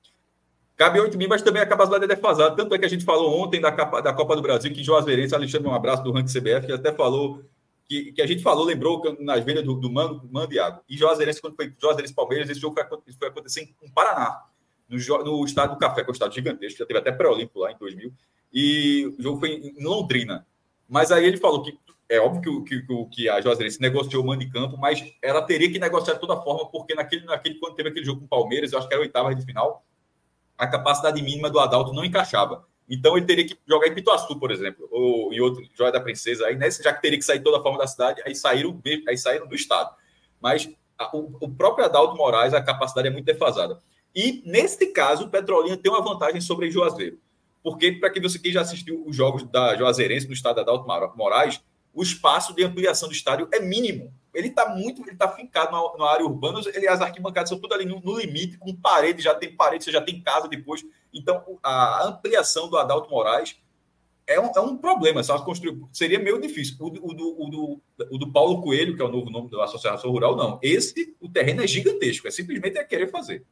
[SPEAKER 2] Cabe oito mil, mas também a capacidade é defasada. Tanto é que a gente falou ontem da, capa, da Copa do Brasil, que Juazeirense, Alexandre, um abraço do Ranking C B F, que até falou, que, que a gente falou, lembrou nas vendas do, do Mano, Mano e Água. E Juazeirense, quando foi Juazeirense Palmeiras, esse jogo foi, foi acontecer em Paraná, no, no estádio do Café, que é um estádio gigantesco, já teve até pré-olímpico lá em dois mil, e o jogo foi em Londrina. Mas aí ele falou que é óbvio que, que, que a Juazeirense negociou o mando de campo, mas ela teria que negociar de toda forma, porque naquele, naquele, quando teve aquele jogo com o Palmeiras, eu acho que era a oitava de final, a capacidade mínima do Adalto não encaixava. Então ele teria que jogar em Pituaçu, por exemplo, ou em outro, Joia da Princesa, aí nesse, já que teria que sair toda a forma da cidade, aí saíram, aí saíram do estado. Mas a, o, o próprio Adalto Moraes, a capacidade é muito defasada. E nesse caso, o Petrolina tem uma vantagem sobre o Juazeiro. Porque, para quem você que já assistiu os jogos da Juazeirense no estado Adalto Moraes, o espaço de ampliação do estádio é mínimo. Ele está muito, ele está fincado na, na área urbana, ele, as arquibancadas são tudo ali no, no limite, com parede, já tem parede, você já tem casa depois. Então, a ampliação do Adalto Moraes é um, é um problema. Só construir, seria meio difícil. O, o, do, o, do, o do Paulo Coelho, que é o novo nome da Associação Rural, não. Esse, o terreno é gigantesco, é simplesmente é querer fazer.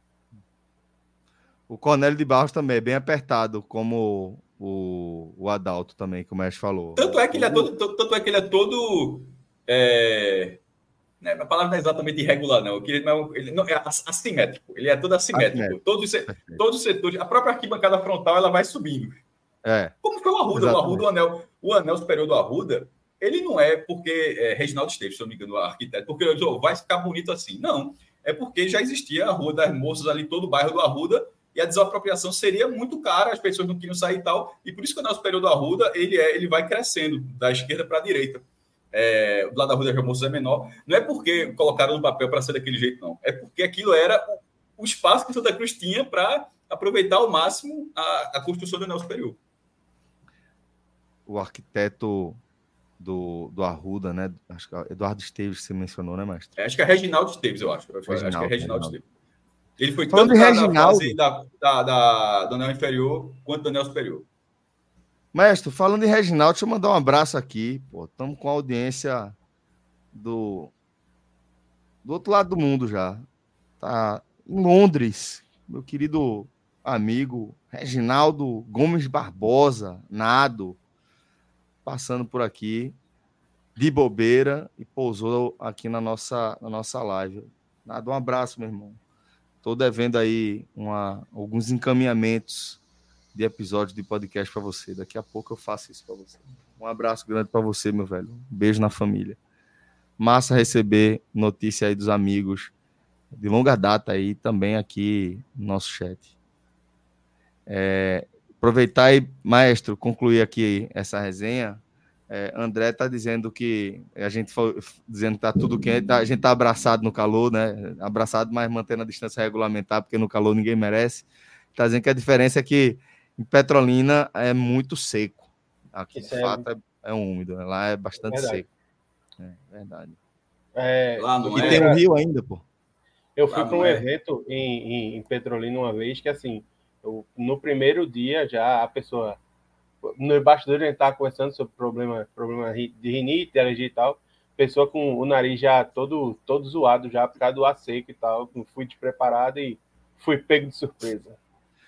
[SPEAKER 1] O Cornélio de Barros também é bem apertado, como o, o Adalto também, como o Mestre falou.
[SPEAKER 2] Tanto é que ele é todo... Tanto é que ele é todo é... Né, a palavra não é exatamente irregular, não. Ele não, ele não é assimétrico. Ele é todo assimétrico. assimétrico. Todos, todos os setores... A própria arquibancada frontal, ela vai subindo.
[SPEAKER 1] É.
[SPEAKER 2] Como foi o Arruda? O Arruda, o anel, o anel superior do Arruda, ele não é porque... É, Reginaldo Esteves, se eu não me engano, o arquiteto, porque oh, vai ficar bonito assim. Não. É porque já existia a Rua das Moças ali, todo o bairro do Arruda, e a desapropriação seria muito cara, as pessoas não queriam sair e tal, e por isso que o anel superior do Arruda, ele, é, ele vai crescendo, da esquerda para a direita. É, do lado da Rua das Moças é menor, não é porque colocaram no papel para ser daquele jeito, não. É porque aquilo era o, o espaço que Santa Cruz tinha para aproveitar ao máximo a, a construção do anel superior.
[SPEAKER 1] O arquiteto do, do Arruda, né? Acho que é Eduardo Esteves que você mencionou, né, mestre?
[SPEAKER 2] É, acho que é Reginaldo Esteves, eu acho. Eu acho,
[SPEAKER 1] Reginaldo,
[SPEAKER 2] acho que é Reginaldo Esteves. Ele foi
[SPEAKER 1] Falando
[SPEAKER 2] tanto
[SPEAKER 1] de
[SPEAKER 2] da,
[SPEAKER 1] Reginaldo,
[SPEAKER 2] da fase da, da, da, do anel inferior quanto do anel superior.
[SPEAKER 1] Mestre, falando em Reginaldo, deixa eu mandar um abraço aqui. Estamos com a audiência do, do outro lado do mundo já. Tá em Londres, meu querido amigo Reginaldo Gomes Barbosa, Nado, passando por aqui de bobeira e pousou aqui na nossa, na nossa live. Nado, um abraço, meu irmão. Estou devendo aí uma, alguns encaminhamentos de episódio de podcast para você. Daqui a pouco eu faço isso para você. Um abraço grande para você, meu velho. Um beijo na família. Massa receber notícia aí dos amigos de longa data aí também aqui no nosso chat. É, aproveitar e, maestro, concluir aqui essa resenha. É, André está dizendo que a gente foi dizendo que tá tudo quente, a gente está abraçado no calor, né? Abraçado, mas mantendo a distância regulamentar, porque no calor ninguém merece. Está dizendo que a diferença é que em Petrolina é muito seco. Aqui, Isso de é... fato, é, é úmido. Lá é bastante é seco. É verdade.
[SPEAKER 3] É...
[SPEAKER 2] Lá não
[SPEAKER 1] e
[SPEAKER 2] é...
[SPEAKER 1] tem um rio ainda, pô.
[SPEAKER 3] Eu fui para um é... evento em, em, em Petrolina uma vez que, assim, eu, no primeiro dia já a pessoa... No bastidor a gente estava conversando sobre problema, problema de rinite, alergia e tal. Pessoa com o nariz já todo, todo zoado, já por causa do ar seco e tal. Fui despreparado e fui pego de surpresa.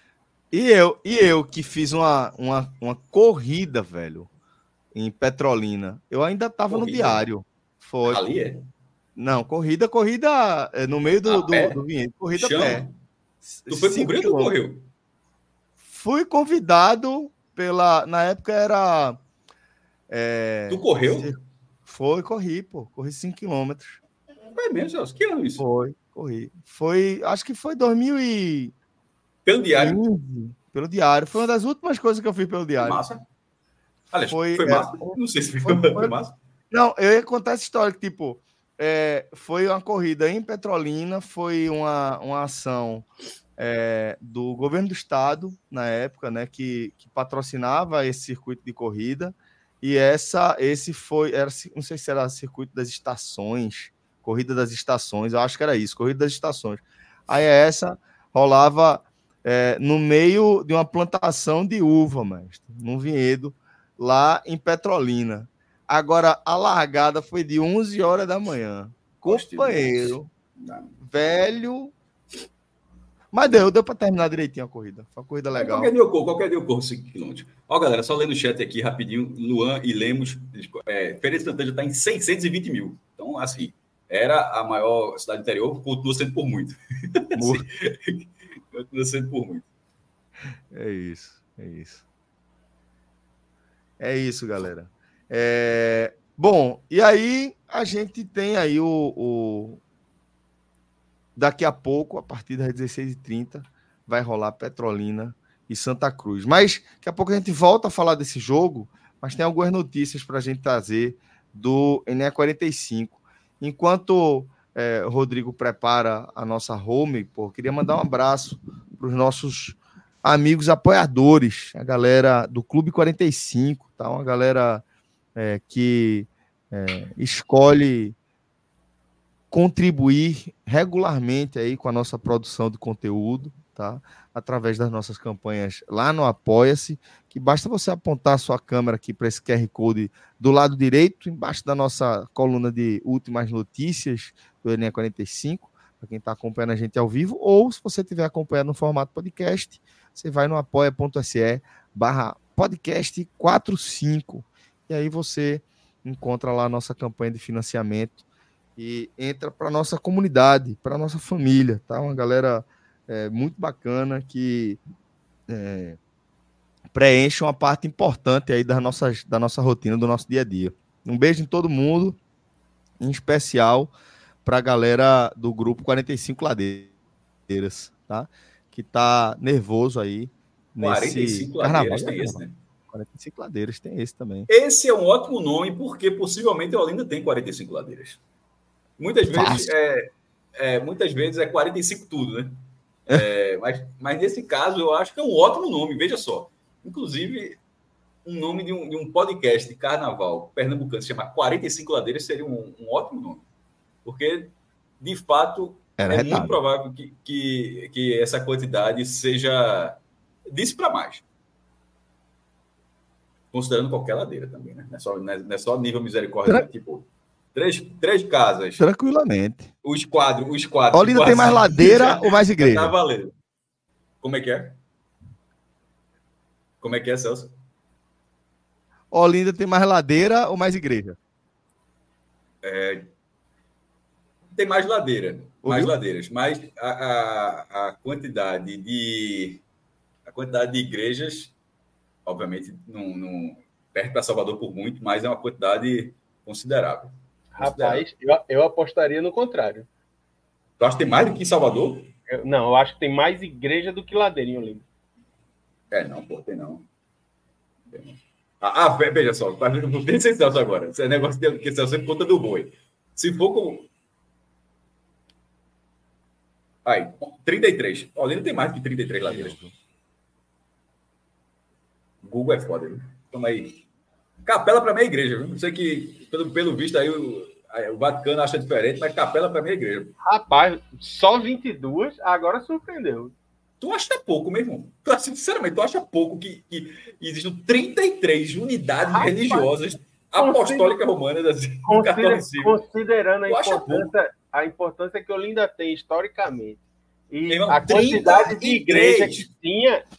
[SPEAKER 1] E eu, e eu que fiz uma, uma, uma corrida, velho, em Petrolina. Eu ainda tava corrida. no diário. Foi.
[SPEAKER 2] Ali é?
[SPEAKER 1] Não, corrida, corrida no meio do, do, do vinhedo. Corrida
[SPEAKER 2] Chão.
[SPEAKER 1] pé.
[SPEAKER 2] Tu foi cobrir ou tu correu?
[SPEAKER 1] Fui convidado pela... Na época era... É,
[SPEAKER 2] tu correu?
[SPEAKER 1] Foi, corri, pô. Corri cinco quilômetros.
[SPEAKER 2] É mesmo, Celso? Que ano isso?
[SPEAKER 1] Foi, corri. Foi, acho que foi dois mil e...
[SPEAKER 2] Pelo diário?
[SPEAKER 1] Pelo diário. Foi uma das últimas coisas que eu fiz pelo diário.
[SPEAKER 2] Massa. Aliás,
[SPEAKER 1] foi,
[SPEAKER 2] foi massa? É, não sei se foi, foi, foi massa.
[SPEAKER 1] Não, eu ia contar essa história que, tipo, é, foi uma corrida em Petrolina, foi uma, uma ação é, do governo do estado, na época, né, que, que patrocinava esse circuito de corrida, e essa, esse foi, era, não sei se era circuito das estações, corrida das estações, eu acho que era isso, corrida das estações. Aí essa rolava é, no meio de uma plantação de uva, mestre, num vinhedo, lá em Petrolina. Agora, a largada foi de onze horas da manhã. Companheiro, velho... Mas deu, deu para terminar direitinho a corrida. Foi uma corrida legal.
[SPEAKER 2] Qualquer dia eu corro, qualquer dia eu corro cinco quilômetros. Ó, galera, só lendo o chat aqui rapidinho. Luan e Lemos, é, Feira de Santana já está em seiscentos e vinte mil. Então, assim, era a maior cidade do interior, continua sendo por muito. assim, continua sendo por muito.
[SPEAKER 1] É isso, é isso. É isso, galera. É... Bom, e aí a gente tem aí o, o... Daqui a pouco, a partir das dezesseis e trinta, vai rolar Petrolina e Santa Cruz. Mas daqui a pouco a gente volta a falar desse jogo, mas tem algumas notícias para a gente trazer do N E quarenta e cinco. Enquanto é, o Rodrigo prepara a nossa home, pô, queria mandar um abraço para os nossos amigos apoiadores, a galera do Clube quarenta e cinco, tá? Uma galera é, que é, escolhe contribuir regularmente aí com a nossa produção de conteúdo, tá? Através das nossas campanhas lá no Apoia-se, que basta você apontar a sua câmera aqui para esse Q R Code do lado direito, embaixo da nossa coluna de últimas notícias do N E quarenta e cinco, para quem está acompanhando a gente ao vivo, ou se você estiver acompanhando no formato podcast, você vai no apoia.se barra podcast quarenta e cinco, e aí você encontra lá a nossa campanha de financiamento e entra para a nossa comunidade, para a nossa família, tá? Uma galera é, muito bacana que é, preenche uma parte importante aí das nossas, da nossa rotina, do nosso dia a dia. Um beijo em todo mundo, em especial para a galera do grupo quarenta e cinco Ladeiras, tá? Que tá nervoso aí nesse
[SPEAKER 2] quarenta e cinco
[SPEAKER 1] carnaval.
[SPEAKER 2] Ladeiras tem esse, né?
[SPEAKER 1] quarenta e cinco Ladeiras tem esse também.
[SPEAKER 2] Esse é um ótimo nome, porque possivelmente a Olinda tem quarenta e cinco Ladeiras. Muitas vezes é, é, muitas vezes é quarenta e cinco tudo, né? É, mas, mas nesse caso eu acho que é um ótimo nome, veja só. Inclusive, um nome de um, de um podcast de carnaval pernambucano se chama quarenta e cinco Ladeiras seria um, um ótimo nome. Porque, de fato, Era é retado. muito provável que, que, que essa quantidade seja disso para mais. Considerando qualquer ladeira também, né? Não é só, não é só nível misericórdia, Tra... tipo... Três, três casas.
[SPEAKER 1] Tranquilamente.
[SPEAKER 2] O esquadro, o esquadro.
[SPEAKER 1] Olinda tem mais ladeira ou mais igreja?
[SPEAKER 2] Tá valendo. Como é que é? Como é que é, Celso?
[SPEAKER 1] Olinda tem mais ladeira ou mais igreja?
[SPEAKER 2] É... Tem mais ladeira.
[SPEAKER 1] Ouviu?
[SPEAKER 2] Mais ladeiras. Mas a, a, a quantidade de... A quantidade de igrejas, obviamente, não, não perde para Salvador por muito, mas é uma quantidade considerável.
[SPEAKER 3] Rapaz, eu, eu apostaria no contrário.
[SPEAKER 2] Tu acha que tem mais do que em Salvador?
[SPEAKER 3] Eu, não, eu acho que tem mais igreja do que ladeira em Olinda.
[SPEAKER 2] É, não, pô, tem não. Tem não. Ah, ah, veja só, não tem sensação agora. Esse negócio de que você sempre conta do boi. Se for com. Aí, trinta e três. Olinda tem mais que trinta e três ladeiras. Google é foda, viu? Toma aí. Capela para mim é igreja, viu? Não sei que, pelo, pelo visto, aí o, o Vaticano acha diferente, mas capela para mim é igreja.
[SPEAKER 3] Rapaz, só vinte e duas, agora surpreendeu.
[SPEAKER 2] Tu acha pouco, meu irmão? Tu, sinceramente, tu acha pouco que, que existem trinta e três unidades Rapaz, religiosas apostólicas romanas assim,
[SPEAKER 3] considera, considerando a importância, a importância que Olinda tem historicamente e irmão, a quantidade de igreja que tinha,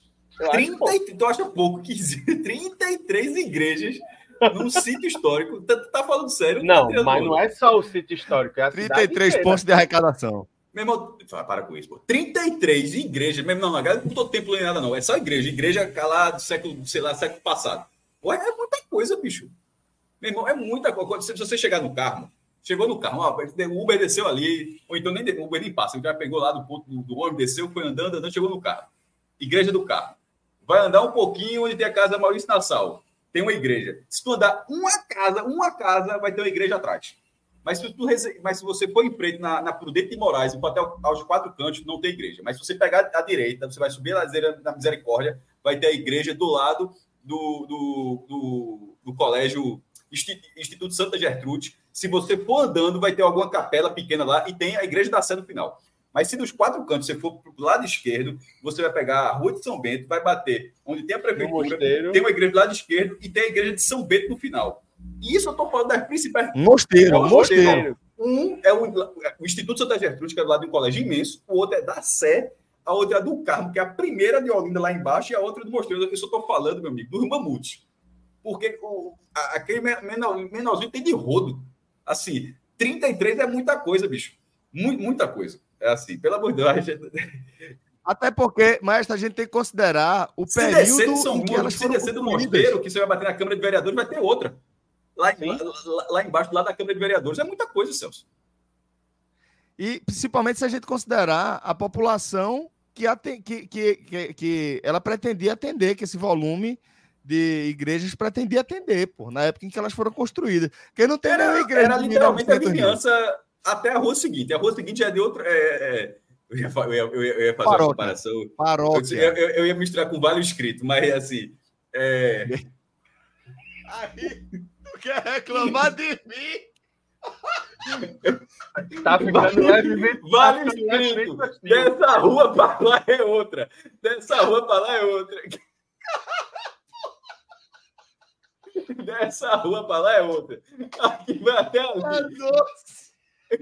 [SPEAKER 2] trinta, tu acha pouco que trinta e três igrejas num sítio histórico. Tá, tá falando sério?
[SPEAKER 3] Não, tá mas não é só o sítio histórico, é a
[SPEAKER 1] trinta e três pontos de arrecadação.
[SPEAKER 2] Meu irmão, para com isso, pô. trinta e três igrejas, mesmo não, não tô templo nem nada, não. É só igreja. Igreja lá do século, sei lá, século passado. Pô, é muita coisa, bicho. Meu irmão, é muita coisa. Se você chegar no carro, chegou no carro, ó, o Uber desceu ali, ou então nem o Uber nem passa, ele já pegou lá do ponto do, do ônibus, desceu, foi andando, andando, chegou no carro. Igreja do carro. Vai andar um pouquinho onde tem a casa Maurício Nassau. Tem uma igreja. Se tu andar uma casa, uma casa, vai ter uma igreja atrás. Mas se, tu, mas se você for em frente na, na Prudente de Moraes, até aos quatro cantos, não tem igreja. Mas se você pegar à direita, você vai subir a ladeira da Misericórdia, vai ter a igreja do lado do, do, do, do colégio Instituto Santa Gertrude. Se você for andando, vai ter alguma capela pequena lá e tem a igreja da Sé no final. Mas se dos quatro cantos você for para o lado esquerdo, você vai pegar a Rua de São Bento, vai bater onde tem a prefeitura, tem uma igreja do lado esquerdo e tem a igreja de São Bento no final. E isso eu estou falando das principais...
[SPEAKER 1] Mosteiro,
[SPEAKER 2] é um
[SPEAKER 1] mosteiro.
[SPEAKER 2] mosteiro. Um é o, o Instituto Santa Gertrude, que é do lado de um colégio imenso, o outro é da Sé, a outra é do Carmo, que é a primeira de Olinda lá embaixo, e a outra é do Mosteiro. Eu só estou falando, meu amigo, do Mamute. Porque o, a, aquele menor, menorzinho tem de rodo. Assim, trinta e três é muita coisa, bicho. Muita, muita coisa. É assim, pelo amor de Deus. Gente...
[SPEAKER 1] Até porque, mas a gente tem que considerar o
[SPEAKER 2] se
[SPEAKER 1] período
[SPEAKER 2] São
[SPEAKER 1] em que elas
[SPEAKER 2] foram Se descer do Mosteiro, que você vai bater na Câmara de Vereadores, vai ter outra. Lá, lá, lá embaixo, lá da Câmara de Vereadores. É muita coisa, Celso.
[SPEAKER 1] E principalmente se a gente considerar a população que, aten- que, que, que, que ela pretendia atender, que esse volume de igrejas pretendia atender, pô, na época em que elas foram construídas. Porque não tem nenhuma igreja.
[SPEAKER 2] Era literalmente a vizinhança até a rua seguinte. A rua seguinte já é de outra. É, é, eu, ia, eu, ia, eu ia fazer
[SPEAKER 1] Paróquia.
[SPEAKER 2] uma comparação.
[SPEAKER 1] Paróquia.
[SPEAKER 2] Eu, eu, eu ia misturar com Vale Escrito, mas assim. É...
[SPEAKER 1] Aí, tu quer reclamar de mim?
[SPEAKER 3] Tá ficando levemente.
[SPEAKER 2] Vale Escrito. Dessa rua para lá é outra. Dessa rua para lá é outra. Dessa rua para lá é outra. Aqui vai até ali.
[SPEAKER 1] É doce.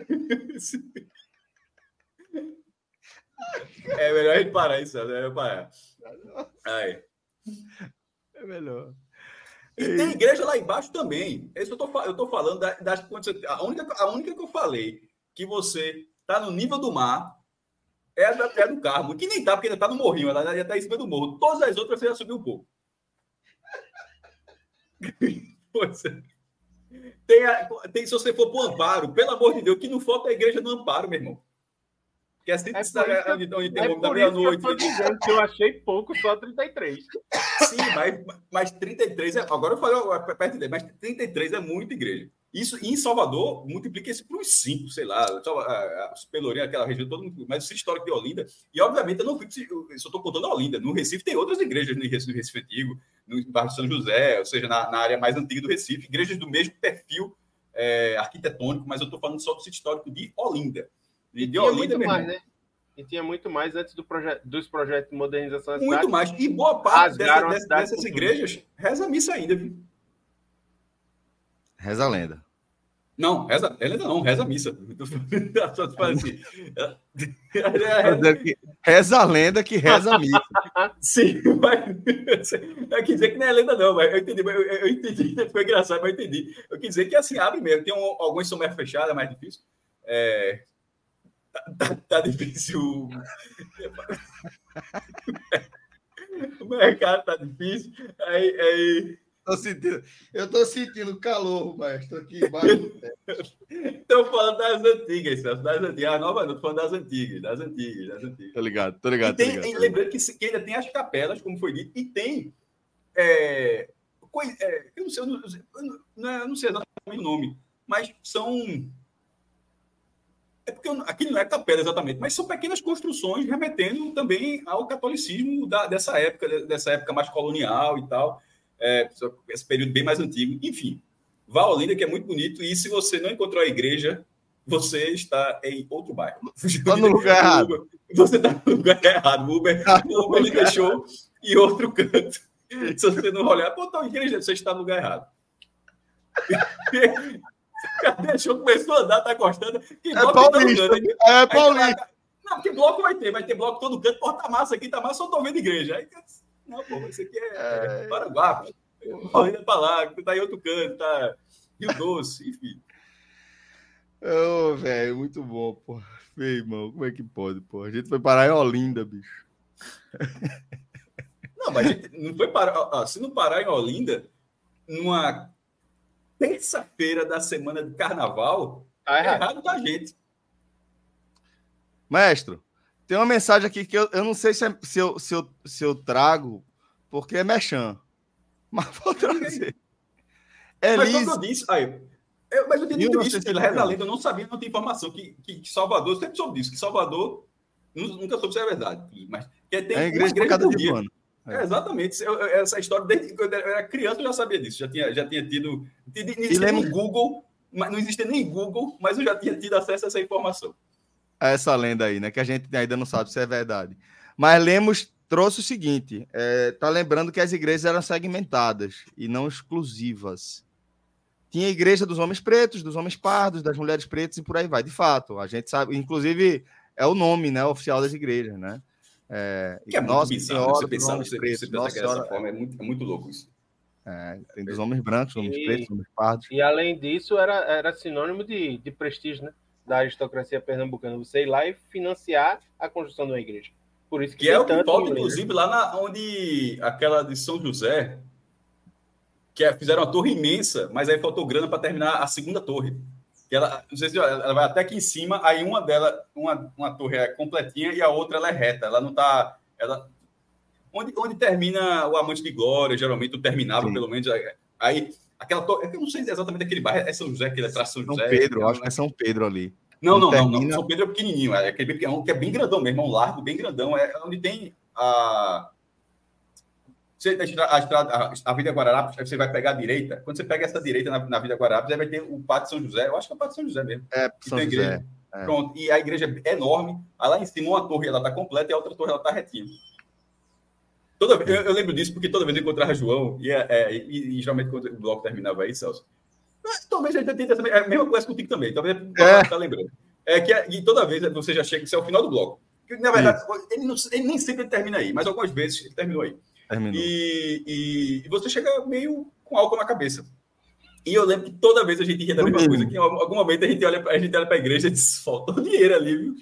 [SPEAKER 2] É melhor a gente parar isso, é melhor parar. Aí.
[SPEAKER 1] É melhor.
[SPEAKER 2] E tem igreja lá embaixo também. Isso eu tô, eu tô falando das, das a única a única que eu falei que você tá no nível do mar é a, da, é a do Carmo, que nem tá, porque ainda tá no morrinho, ela já tá em cima do morro. Todas as outras você já subiu um pouco. Pois é. Tem, a, tem, se você for pro Amparo, pelo amor de Deus, que não falta a igreja do Amparo, meu irmão. Que é assim
[SPEAKER 3] é
[SPEAKER 2] que está onde tem
[SPEAKER 3] é
[SPEAKER 2] o nome da meia-noite.
[SPEAKER 3] Eu, que eu achei pouco, só trinta e três.
[SPEAKER 2] Sim, mas, mas trinta e três é. Agora eu falei perto dele, mas trinta e três é muita igreja. Isso em Salvador multiplica isso por uns cinco, sei lá, a Pelourinho, aquela região, todo mundo, mas o sítio histórico de Olinda. E obviamente eu não fico, eu só estou contando a Olinda. No Recife tem outras igrejas, no Recife, no Recife Antigo, no bairro de São José, ou seja, na, na área mais antiga do Recife, igrejas do mesmo perfil é, arquitetônico, mas eu estou falando só do sítio histórico de Olinda.
[SPEAKER 3] E de Olinda muito mais, né? E tinha muito mais antes do proje- dos projetos de modernização.
[SPEAKER 2] Muito cidade, mais. E boa parte dessa, dessa, dessas igrejas reza a missa ainda, viu?
[SPEAKER 1] Reza a lenda.
[SPEAKER 2] Não, reza, lenda não, reza a missa. Assim.
[SPEAKER 1] Reza a lenda que reza a missa.
[SPEAKER 2] Sim, mas eu quis dizer que não é lenda, não, mas eu entendi, eu, eu entendi, foi engraçado, mas eu entendi. Eu quis dizer que assim abre mesmo. Tem um, alguns são mais fechadas, mais difícil. É. Tá, tá, tá difícil. O mercado tá difícil. Aí, aí...
[SPEAKER 1] Tô sentindo, eu tô sentindo calor, mas tô aqui embaixo.
[SPEAKER 2] Estou falando das antigas, das antigas. Ah, nova não, tô falando das antigas, das antigas, das antigas.
[SPEAKER 1] Tô ligado, tô ligado.
[SPEAKER 2] E, tem,
[SPEAKER 1] tô ligado,
[SPEAKER 2] e lembrando que, que ainda tem as capelas, como foi dito, e tem. É, coisa, é, eu, não sei, eu, não, eu, não, eu não sei exatamente o nome, mas são. É porque eu, aqui não é capela exatamente, mas são pequenas construções remetendo também ao catolicismo da, dessa época, dessa época mais colonial e tal, é, esse período bem mais antigo. Enfim, vá a Olinda, que é muito bonito, e se você não encontrou a igreja, você está em outro bairro.
[SPEAKER 1] Está no lugar errado.
[SPEAKER 2] Você está no lugar errado. O Uber, o Uber lhe deixou em outro canto. Se você não olhar, pô, tá, igreja, você está no lugar errado. Deixou, começou a andar, tá gostando. Que
[SPEAKER 1] é paulista. Canto, é paulista.
[SPEAKER 2] Não, que bloco vai ter? Vai ter bloco todo canto, porta-massa aqui, tá massa, só tô vendo igreja. Aí, Não, pô, isso aqui é, é Paraguape. Corrida pra lá, tá em outro canto, tá Rio Doce, enfim.
[SPEAKER 1] Ô, oh, velho, muito bom, pô. Meu irmão, como é que pode, pô? A gente foi parar em Olinda, bicho.
[SPEAKER 2] Não, mas a gente não foi parar. Se não parar em Olinda, numa terça-feira da semana de carnaval, tá errado, é errado da gente.
[SPEAKER 1] Mestre, tem uma mensagem aqui que eu, eu não sei se, é, se, eu, se, eu, se eu trago, porque é mechan. Mas vou trazer.
[SPEAKER 2] Elise... Mas como eu disse, aí, eu, mas eu tinha dito isso, pela reza da lenda, eu não sabia, não tinha informação que, que, que Salvador, eu sempre soube disso, que Salvador, nunca soube se é verdade, mas que tem
[SPEAKER 1] é
[SPEAKER 2] uma
[SPEAKER 1] igreja,
[SPEAKER 2] igreja
[SPEAKER 1] por
[SPEAKER 2] dia.
[SPEAKER 1] Ano.
[SPEAKER 2] É. É, exatamente, eu, essa história, desde quando eu era criança, eu já sabia disso, já tinha, já tinha tido, não existia lembra... nem Google, mas não existia nem Google, mas eu já tinha tido acesso a essa informação.
[SPEAKER 1] Essa lenda aí, né, que a gente ainda não sabe se é verdade. Mas Lemos trouxe o seguinte, é, tá lembrando que as igrejas eram segmentadas e não exclusivas. Tinha a igreja dos homens pretos, dos homens pardos, das mulheres pretas e por aí vai. De fato, a gente sabe, inclusive é o nome, né, oficial das igrejas, né?
[SPEAKER 2] É, que é muito Nossa bizarro, Senhora, você pensar, você, pretos, você pensar que dessa forma, é muito, é muito louco isso.
[SPEAKER 1] É, tem dos homens brancos, homens e, pretos, homens pardos.
[SPEAKER 3] E além disso, era, era sinônimo de, de prestígio, né? Da aristocracia pernambucana. Você ir lá e financiar a construção de uma igreja. Por isso que,
[SPEAKER 2] que é o que falta, inclusive, lá na, onde aquela de São José, que é, fizeram uma torre imensa, mas aí faltou grana para terminar a segunda torre. Que ela, não sei se ela vai até aqui em cima, aí uma dela, uma, uma torre é completinha e a outra ela é reta. Ela não está. Ela, onde, onde termina o Amante de Glória, geralmente, o terminava, Sim. pelo menos. Aí, aquela torre. Eu não sei exatamente aquele bairro, é São José, que ele é para São José.
[SPEAKER 1] São Pedro, eu acho que é São Pedro ali.
[SPEAKER 2] Não, não, termina... não, não. São Pedro é pequenininho, é aquele pequeno, que é bem grandão mesmo, é um largo bem grandão, é onde tem a. Você, a, estrada, a, a Vida Guararapes, você vai pegar a direita. Quando você pega essa direita na, na Vida Guararapes, aí vai ter o Pátio São José. Eu acho que é o Pátio São José mesmo.
[SPEAKER 1] É, São
[SPEAKER 2] José.
[SPEAKER 1] Igreja. É.
[SPEAKER 2] Pronto. E a igreja é enorme. Aí lá em cima, uma torre ela está completa e a outra torre ela está retinha. Toda vez, eu, eu lembro disso porque toda vez eu encontrava João, e, é, e, e geralmente quando o bloco terminava aí, Celso. Mas, talvez a gente tenha também. É a mesma coisa contigo também. Talvez
[SPEAKER 1] é.
[SPEAKER 2] Tá lembrando. É que e toda vez você já chega, isso é o final do bloco. Porque, na verdade, ele, não, ele nem sempre termina aí, mas algumas vezes ele terminou aí. E, e, e você chega meio com álcool na cabeça. E eu lembro que toda vez a gente ria da mesma coisa, que em algum momento a gente olha, a gente olha para a igreja e diz, faltou dinheiro ali, viu?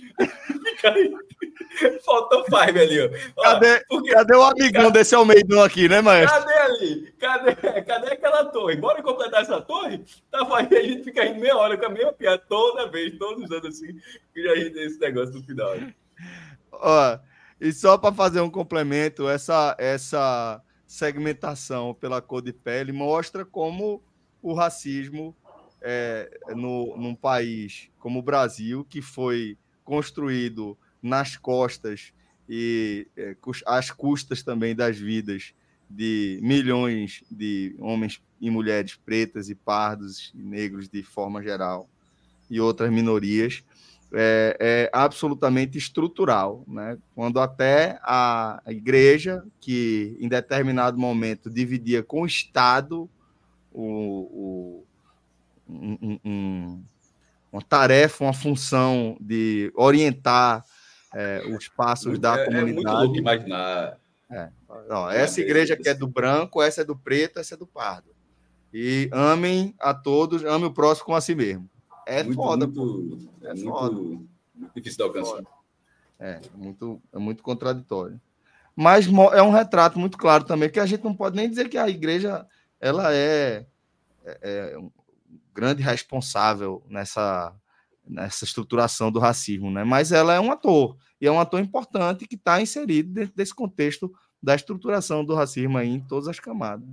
[SPEAKER 2] Faltou five ali, ó.
[SPEAKER 1] Cadê, porque, cadê o amigão cadê, desse Almeidão aqui, né, maestro?
[SPEAKER 2] Cadê ali? Cadê, cadê aquela torre? Bora completar essa torre? Tava aí, a gente fica rindo meia hora com a mesma piada toda vez, todos os anos assim, que a gente tem esse negócio no final. Né?
[SPEAKER 1] Ó, e só para fazer um complemento, essa, essa segmentação pela cor de pele mostra como o racismo é, no, num país como o Brasil, que foi construído nas costas e é, às custas também das vidas de milhões de homens e mulheres pretas e pardos e negros de forma geral e outras minorias, É, é absolutamente estrutural, né? Quando até a igreja, que em determinado momento dividia com o Estado o, o, um, um, uma tarefa, uma função de orientar é, os passos da
[SPEAKER 2] é,
[SPEAKER 1] comunidade.
[SPEAKER 2] É muito louco imaginar.
[SPEAKER 1] É. Ó, essa igreja que é do branco, essa é do preto, essa é do pardo. E amem a todos, ame o próximo como a si mesmo. É
[SPEAKER 2] muito,
[SPEAKER 1] foda,
[SPEAKER 2] muito,
[SPEAKER 1] é,
[SPEAKER 2] é
[SPEAKER 1] foda.
[SPEAKER 2] Muito, muito difícil de alcançar.
[SPEAKER 1] É, muito, é muito contraditório. Mas é um retrato muito claro também, que a gente não pode nem dizer que a igreja ela é, é, é um grande responsável nessa, nessa estruturação do racismo, né? Mas ela é um ator, e é um ator importante que está inserido dentro desse contexto da estruturação do racismo aí em todas as camadas.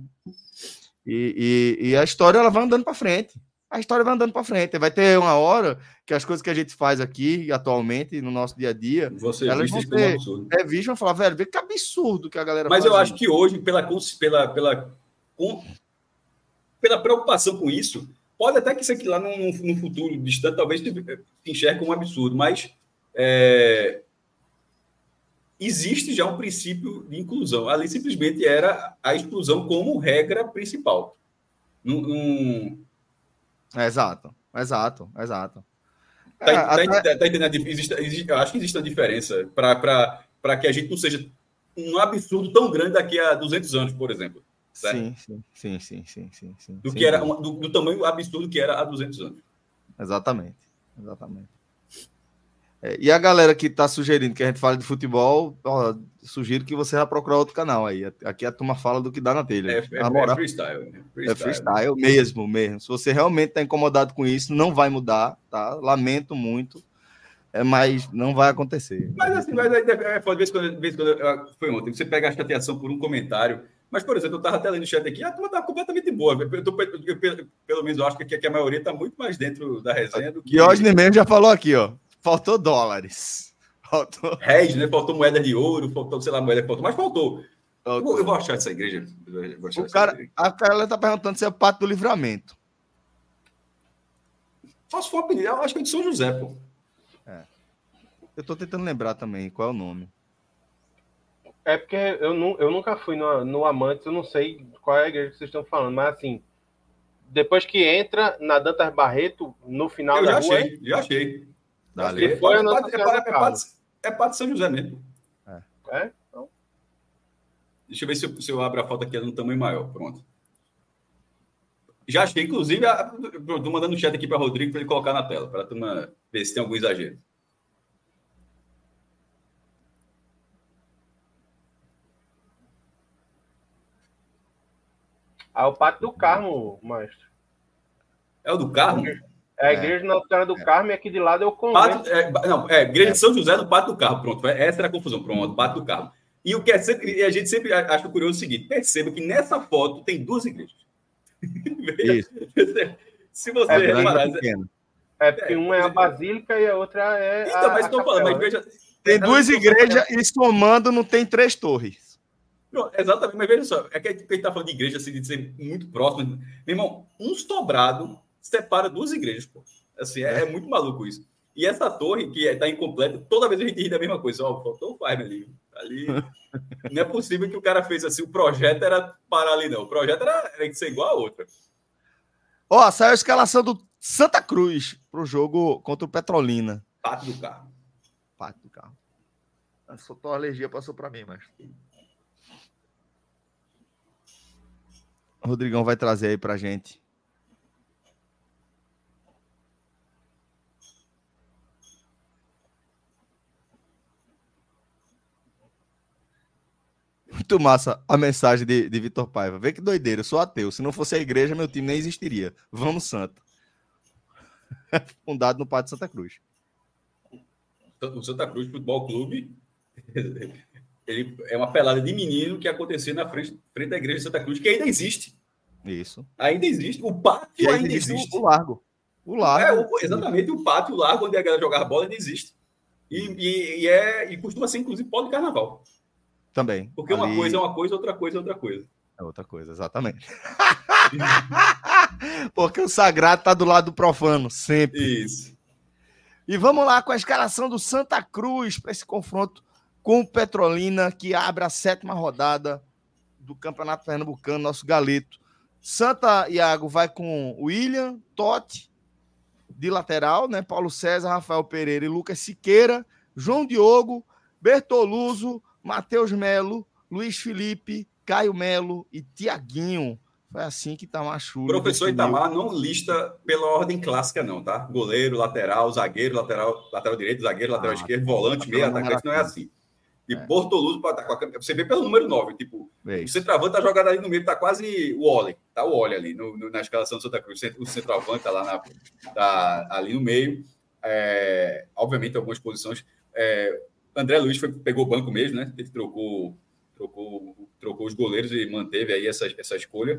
[SPEAKER 1] E, e, e a história ela vai andando para frente. A história vai andando para frente. Vai ter uma hora que as coisas que a gente faz aqui, atualmente, no nosso dia a dia,
[SPEAKER 2] Você
[SPEAKER 1] elas vão ser
[SPEAKER 2] absurdo.
[SPEAKER 1] revistas, vão falar, velho, vê que absurdo que a galera
[SPEAKER 2] Mas
[SPEAKER 1] faz.
[SPEAKER 2] eu acho que hoje, pela, pela, pela, com, pela preocupação com isso, pode até que isso aqui lá no, no futuro distante, talvez te, te enxergue como um absurdo, mas é, existe já um princípio de inclusão. Ali simplesmente era a exclusão como regra principal. Num, num,
[SPEAKER 1] É, exato, exato, exato.
[SPEAKER 2] Tá,
[SPEAKER 1] É,
[SPEAKER 2] tá,
[SPEAKER 1] até...
[SPEAKER 2] tá, tá entendendo? Existe, existe, eu acho que existe uma diferença para que a gente não seja um absurdo tão grande daqui a duzentos anos, por exemplo.
[SPEAKER 1] Sim, sim, sim, sim, sim, sim, sim.
[SPEAKER 2] Do,
[SPEAKER 1] sim,
[SPEAKER 2] que era, do, do tamanho absurdo que era há duzentos anos.
[SPEAKER 1] Exatamente, exatamente. É, e a galera que está sugerindo que a gente fale de futebol, ó, sugiro que você vá procurar outro canal aí. Aqui a turma fala do que dá na telha.
[SPEAKER 2] É, é, é freestyle. É freestyle,
[SPEAKER 1] é freestyle né? mesmo, mesmo. Se você realmente está incomodado com isso, não vai mudar, tá? Lamento muito, é, mas não vai acontecer.
[SPEAKER 2] Mas assim, mas aí, é, de vez em quando, de vez em quando foi ontem, você pega a chateação por um comentário, mas, por exemplo, eu estava até lendo o chat aqui, a turma está completamente boa. Eu tô, eu, eu, pelo menos eu acho que aqui, que a maioria está muito mais dentro da resenha do que...
[SPEAKER 1] Diógenes mesmo já falou aqui, ó. Faltou dólares.
[SPEAKER 2] Faltou. Réis, né? Faltou moeda de ouro, faltou, sei lá, moeda que faltou, mas faltou. faltou. Eu vou achar essa igreja. Achar
[SPEAKER 1] o cara, igreja. A cara está perguntando se é o Pato do Livramento.
[SPEAKER 2] Só se for uma pedida, eu acho que é de São José, pô.
[SPEAKER 1] É. Eu estou tentando lembrar também qual é o nome.
[SPEAKER 3] É porque eu, nu, eu nunca fui no, no Amantes, eu não sei qual é a igreja que vocês estão falando, mas assim, depois que entra na Dantas Barreto, no final
[SPEAKER 2] eu
[SPEAKER 3] da
[SPEAKER 2] já
[SPEAKER 3] rua...
[SPEAKER 2] Achei, já achei.
[SPEAKER 1] Dali.
[SPEAKER 2] É, foi é, Pato, é, Pato, é, Pato, é Pato São José mesmo.
[SPEAKER 3] É? é? Então...
[SPEAKER 2] Deixa eu ver se eu, se eu abro a foto aqui no tamanho maior. Pronto. Já achei, inclusive, estou mandando um chat aqui para Rodrigo para ele colocar na tela, para a turma ver se tem algum exagero.
[SPEAKER 3] Ah, o Pátio do Carmo, Mastro.
[SPEAKER 2] É o do Carmo?
[SPEAKER 3] É a igreja é. Nossa Senhora do Carmo e aqui de lado é o convento.
[SPEAKER 2] Pátio, é, não, é igreja de São José no Pátio do Carmo. Pronto, essa era a confusão. Pronto, Pátio do Carmo. E o que é sempre, a gente sempre acha curioso o seguinte: perceba que nessa foto tem duas igrejas.
[SPEAKER 1] Isso.
[SPEAKER 2] Se você
[SPEAKER 1] é
[SPEAKER 2] reparar.
[SPEAKER 3] É porque é, uma é a Basílica e a outra é.
[SPEAKER 2] Então,
[SPEAKER 3] a,
[SPEAKER 2] mas estou falando, mas veja.
[SPEAKER 1] Tem duas igrejas e somando não tem três torres.
[SPEAKER 2] Não, exatamente, mas veja só, é que a gente está falando de igreja assim, de ser muito próximo. Meu irmão, um sobrado separa duas igrejas, pô. Assim, é, é muito maluco isso. E essa torre, que está incompleta, toda vez a gente ri da mesma coisa. Ó, faltou o pai ali. ali. Não é possível que o cara fez assim, o projeto era parar ali, não. O projeto era, era ser igual a outra.
[SPEAKER 1] Ó, saiu a escalação do Santa Cruz para o jogo contra o Petrolina.
[SPEAKER 2] Pátio do Carmo.
[SPEAKER 1] Pátio do Carmo. Soltou a alergia, passou para mim, mas... O Rodrigão vai trazer aí pra gente. Muito massa a mensagem de, de Vitor Paiva. Vê que doideira, eu sou ateu. Se não fosse a igreja, meu time nem existiria. Vamos, Santa. Fundado no Pátio Santa Cruz.
[SPEAKER 2] O Santa Cruz Futebol Clube ele é uma pelada de menino que aconteceu na frente, frente da igreja de Santa Cruz, que ainda existe.
[SPEAKER 1] Isso.
[SPEAKER 2] Ainda existe. O pátio ainda, ainda existe. existe.
[SPEAKER 1] O largo. O largo.
[SPEAKER 2] É, o, exatamente. O pátio, o largo, onde a galera jogava bola, ainda existe. E, e, e, é, e costuma ser, inclusive, pó de carnaval.
[SPEAKER 1] Também.
[SPEAKER 2] Porque ali... uma coisa é uma coisa, outra coisa é outra coisa.
[SPEAKER 1] É outra coisa, exatamente. Porque o sagrado está do lado do profano, sempre.
[SPEAKER 2] Isso.
[SPEAKER 1] E vamos lá com a escalação do Santa Cruz para esse confronto com o Petrolina, que abre a sétima rodada do Campeonato Pernambucano, nosso galeto. Santa, Iago, vai com William, Totti, de lateral, né? Paulo César, Rafael Pereira e Lucas Siqueira, João Diogo, Bertoluso, Matheus Melo, Luiz Felipe, Caio Melo e Tiaguinho. Foi assim que Itamar Schulli
[SPEAKER 2] Professor definiu. Itamar não lista pela ordem clássica, não, tá? Goleiro, lateral, zagueiro, lateral, lateral direito, zagueiro, lateral ah, esquerdo, volante, meio, atacante, não é assim. E é. Bortoluso para atacar. Você vê pelo número nove, tipo, é o centroavante tá jogado ali no meio, tá quase o Oli, tá o Oli ali no, no, na escalação do Santa Cruz. O centroavante tá lá na, tá ali no meio. É, obviamente, algumas posições. É, André Luiz foi, pegou o banco mesmo, né? Ele trocou, trocou, trocou os goleiros e manteve aí essa, essa escolha.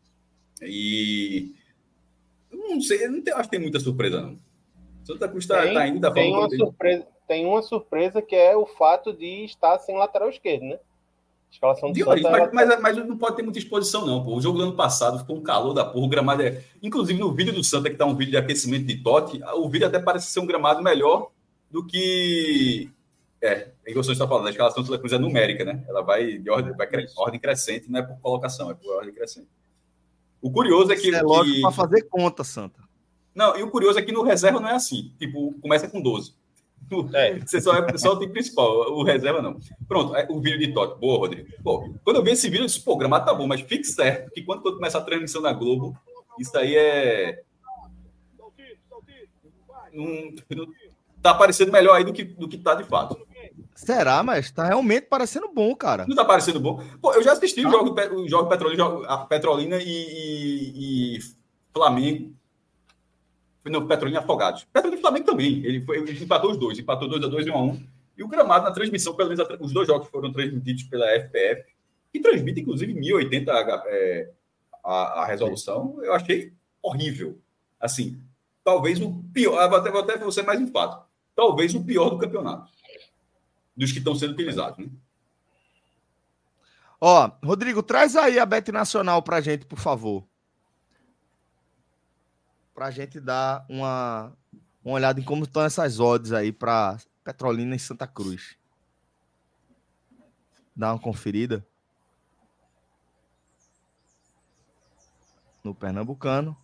[SPEAKER 2] E não sei, não tem, acho que tem muita surpresa, não. O Santa Cruz está tá indo da
[SPEAKER 3] tem
[SPEAKER 2] forma
[SPEAKER 3] uma
[SPEAKER 2] como
[SPEAKER 3] surpresa, tem uma surpresa que é o fato de estar sem lateral esquerdo, né? A escalação do
[SPEAKER 2] Santa
[SPEAKER 3] Santa
[SPEAKER 2] mas, mas, mas não pode ter muita exposição, não. Pô. O jogo do ano passado ficou um calor da porra, o gramado é... Inclusive, no vídeo do Santa, que tá um vídeo de aquecimento de Totti, o vídeo até parece ser um gramado melhor do que... É, é que você está falando, a escalação do Santa Cruz é numérica, né? Ela vai de ordem, vai cre... ordem crescente, não é por colocação, é por ordem crescente. O curioso é que...
[SPEAKER 1] Isso é lógico que... para fazer conta, Santa.
[SPEAKER 2] Não, e o curioso é que no reserva não é assim. Tipo, começa com doze. É. Você só é só o time principal, o reserva não. Pronto, o vídeo de Totti. Boa, Rodrigo. Pô, quando eu vi esse vídeo, eu disse, pô, o gramado tá bom, mas fique certo que quando, quando começar a transmissão na Globo, isso aí é... Não, não, tá parecendo melhor aí do que, do que tá de fato.
[SPEAKER 1] Será, mas tá realmente parecendo bom, cara.
[SPEAKER 2] Não tá parecendo bom? Pô, eu já assisti ah. o jogo, o jogo Petrolina, a Petrolina e, e, e Flamengo. Não, Petrolina e Afogados. Petrolina e Flamengo também. Ele, foi, ele empatou os dois. Empatou dois a dois e um a um. E o gramado na transmissão, pelo menos os dois jogos foram transmitidos pela F P F, que transmite, inclusive, mil e oitenta é, a, a resolução. Eu achei horrível. Assim, talvez o pior... Vou até, vou até ser mais enfático. Talvez o pior do campeonato. Dos que estão sendo utilizados, né?
[SPEAKER 1] Ó, Rodrigo, traz aí a Bet Nacional pra gente, por favor. Pra gente dar uma, uma olhada em como estão essas odds aí pra Petrolina e Santa Cruz. Dá uma conferida. No Pernambucano.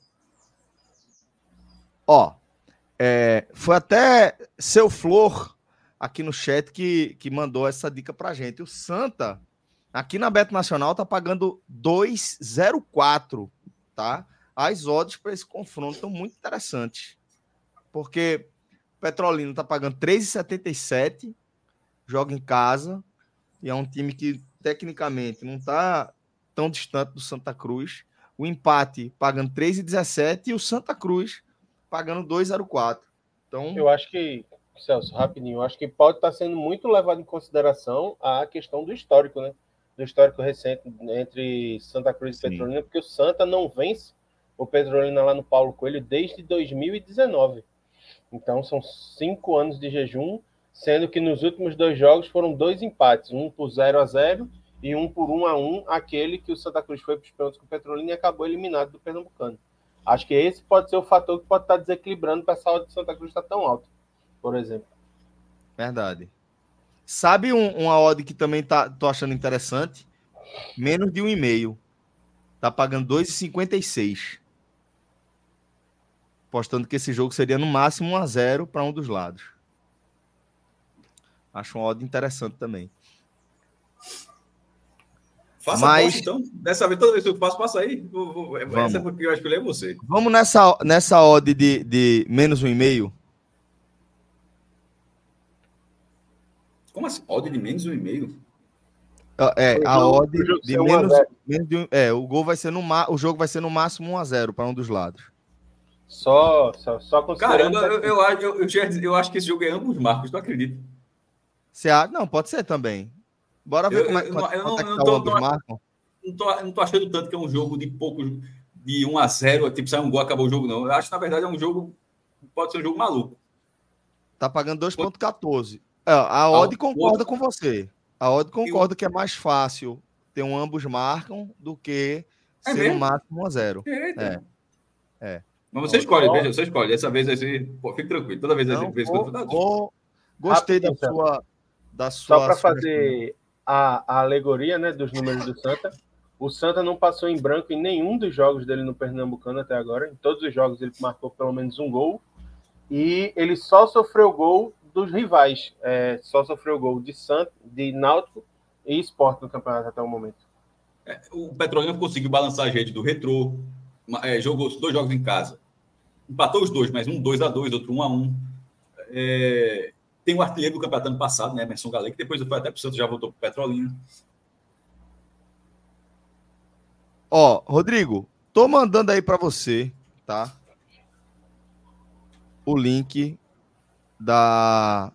[SPEAKER 1] Ó, é, foi até Seu Flor aqui no chat que, que mandou essa dica pra gente. O Santa, aqui na Bet Nacional, tá pagando dois vírgula zero quatro, tá? As odds para esse confronto estão muito interessantes. Porque o Petrolina tá pagando três vírgula setenta e sete, joga em casa, e é um time que, tecnicamente, não tá tão distante do Santa Cruz. O empate pagando três vírgula dezessete e o Santa Cruz pagando dois vírgula zero quatro. Então,
[SPEAKER 3] eu acho que, Celso, rapidinho, eu acho que pode estar sendo muito levado em consideração a questão do histórico, né? Do histórico recente entre Santa Cruz e Petrolina, porque o Santa não vence o Petrolina lá no Paulo Coelho desde dois mil e dezenove. Então, são cinco anos de jejum, sendo que nos últimos dois jogos foram dois empates, um por zero a zero e um por um a um, aquele que o Santa Cruz foi para os pênaltis com o Petrolina e acabou eliminado do Pernambucano. Acho que esse pode ser o fator que pode estar desequilibrando para essa hora de Santa Cruz estar tão alta, por exemplo.
[SPEAKER 1] Verdade. Sabe um, uma odd que também tá, tô achando interessante? Menos de um e meio. Tá pagando dois vírgula cinquenta e seis. Apostando que esse jogo seria no máximo um a zero para um dos lados. Acho uma odd interessante também.
[SPEAKER 2] Faça Mas... aposta, então. Dessa vez, toda vez que eu faço, passa aí. Vou, vou... Essa é porque eu acho que é você.
[SPEAKER 1] Vamos nessa, nessa odd de, de menos um e meio?
[SPEAKER 2] Como assim? Odd de menos um e meio?
[SPEAKER 1] É, a odd de menos, menos de um, é, o gol vai ser no o jogo vai ser no máximo um a zero para um dos lados.
[SPEAKER 3] Só, só, só
[SPEAKER 2] Caramba, eu, eu, eu, eu, eu acho que esse jogo é ambos marcos, tu acredita?
[SPEAKER 1] Você acha? Não, pode ser também. Bora ver
[SPEAKER 2] eu,
[SPEAKER 1] como é,
[SPEAKER 2] eu,
[SPEAKER 1] quanto,
[SPEAKER 2] eu,
[SPEAKER 1] quanto
[SPEAKER 2] não,
[SPEAKER 1] é que
[SPEAKER 2] tá
[SPEAKER 1] tá
[SPEAKER 2] o
[SPEAKER 1] ambos marcam.
[SPEAKER 2] Não tô, não tô achando tanto que é um jogo de poucos, de um a zero, tipo, sai um gol, acabou o jogo, não. Eu acho que, na verdade, é um jogo, pode ser um jogo maluco.
[SPEAKER 1] Tá pagando dois vírgula quatorze. É, a odd concorda com você. A odd concorda eu... que é mais fácil ter um ambos marcam do que é ser mesmo? No máximo um a zero. É. É.
[SPEAKER 2] Mas você escolhe, oh. veja, você escolhe. Dessa vez vai ser. Pô, fique tranquilo. Toda vez vai ser.
[SPEAKER 1] Vou, vou... Gostei da sua, da sua.
[SPEAKER 3] Só para fazer a, a alegoria, né, dos números do Santa. O Santa não passou em branco em nenhum dos jogos dele no Pernambucano até agora. Em todos os jogos ele marcou pelo menos um gol. E ele só sofreu gol dos rivais. É, só sofreu gol de Santa, de Náutico e Sport no campeonato até o momento.
[SPEAKER 2] É, o Petrolina conseguiu balançar a gente do Retrô. É, jogou dois jogos em casa. Empatou os dois, mas um dois a dois, outro um a um. É, tem o artilheiro do campeonato ano passado, né? Emerson Galei, que depois foi até pro Santos, já voltou pro Petrolina.
[SPEAKER 1] Ó, Rodrigo, tô mandando aí para você, tá? O link da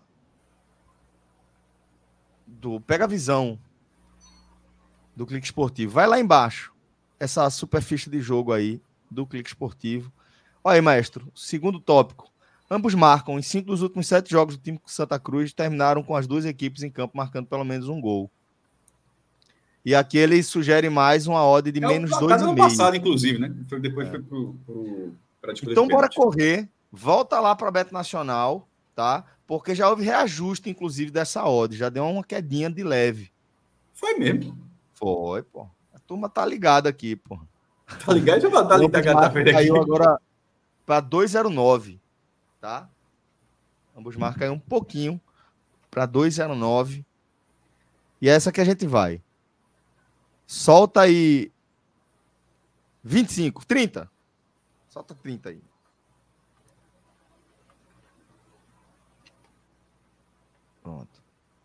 [SPEAKER 1] do Pega a Visão do Clique Esportivo. Vai lá embaixo. Essa super ficha de jogo aí do Clique Esportivo. Olha aí, maestro. Segundo tópico. Ambos marcam. Em cinco dos últimos sete jogos do time com Santa Cruz terminaram com as duas equipes em campo marcando pelo menos um gol. E aqui ele sugere mais uma odd de é menos dois e meio.
[SPEAKER 2] Passado, inclusive, né? Foi, depois é. foi pro, pro, pra
[SPEAKER 1] então, bora correr. Volta lá para a Bet Nacional, tá? Porque já houve reajuste, inclusive, dessa odd. Já deu uma quedinha de leve.
[SPEAKER 2] Foi mesmo?
[SPEAKER 1] Foi, pô. A turma tá ligada aqui, pô.
[SPEAKER 2] Tá ligado? Já tá ligado.
[SPEAKER 1] Caiu agora para dois vírgula zero nove, tá? Ambos marcam aí um pouquinho para dois e zero nove. E é essa que a gente vai. Solta aí vinte e cinco, trinta. Solta trinta aí. Pronto.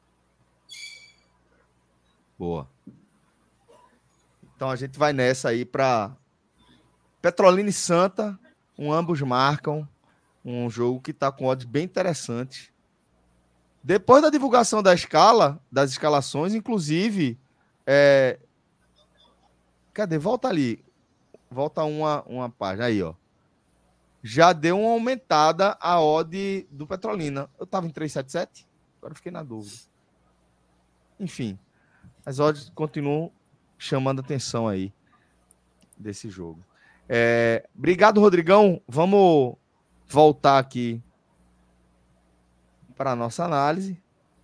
[SPEAKER 1] Boa. Então a gente vai nessa aí para Petrolina e Santa. Um ambos marcam. Um jogo que está com odds bem interessantes. Depois da divulgação da escala, das escalações, inclusive, é... cadê? Volta ali. Volta uma, uma página. Aí, ó. Já deu uma aumentada a odd do Petrolina. Eu estava em três sete sete, agora fiquei na dúvida. Enfim, as odds continuam chamando a atenção aí desse jogo. É... Obrigado, Rodrigão. Vamos voltar aqui para a nossa análise.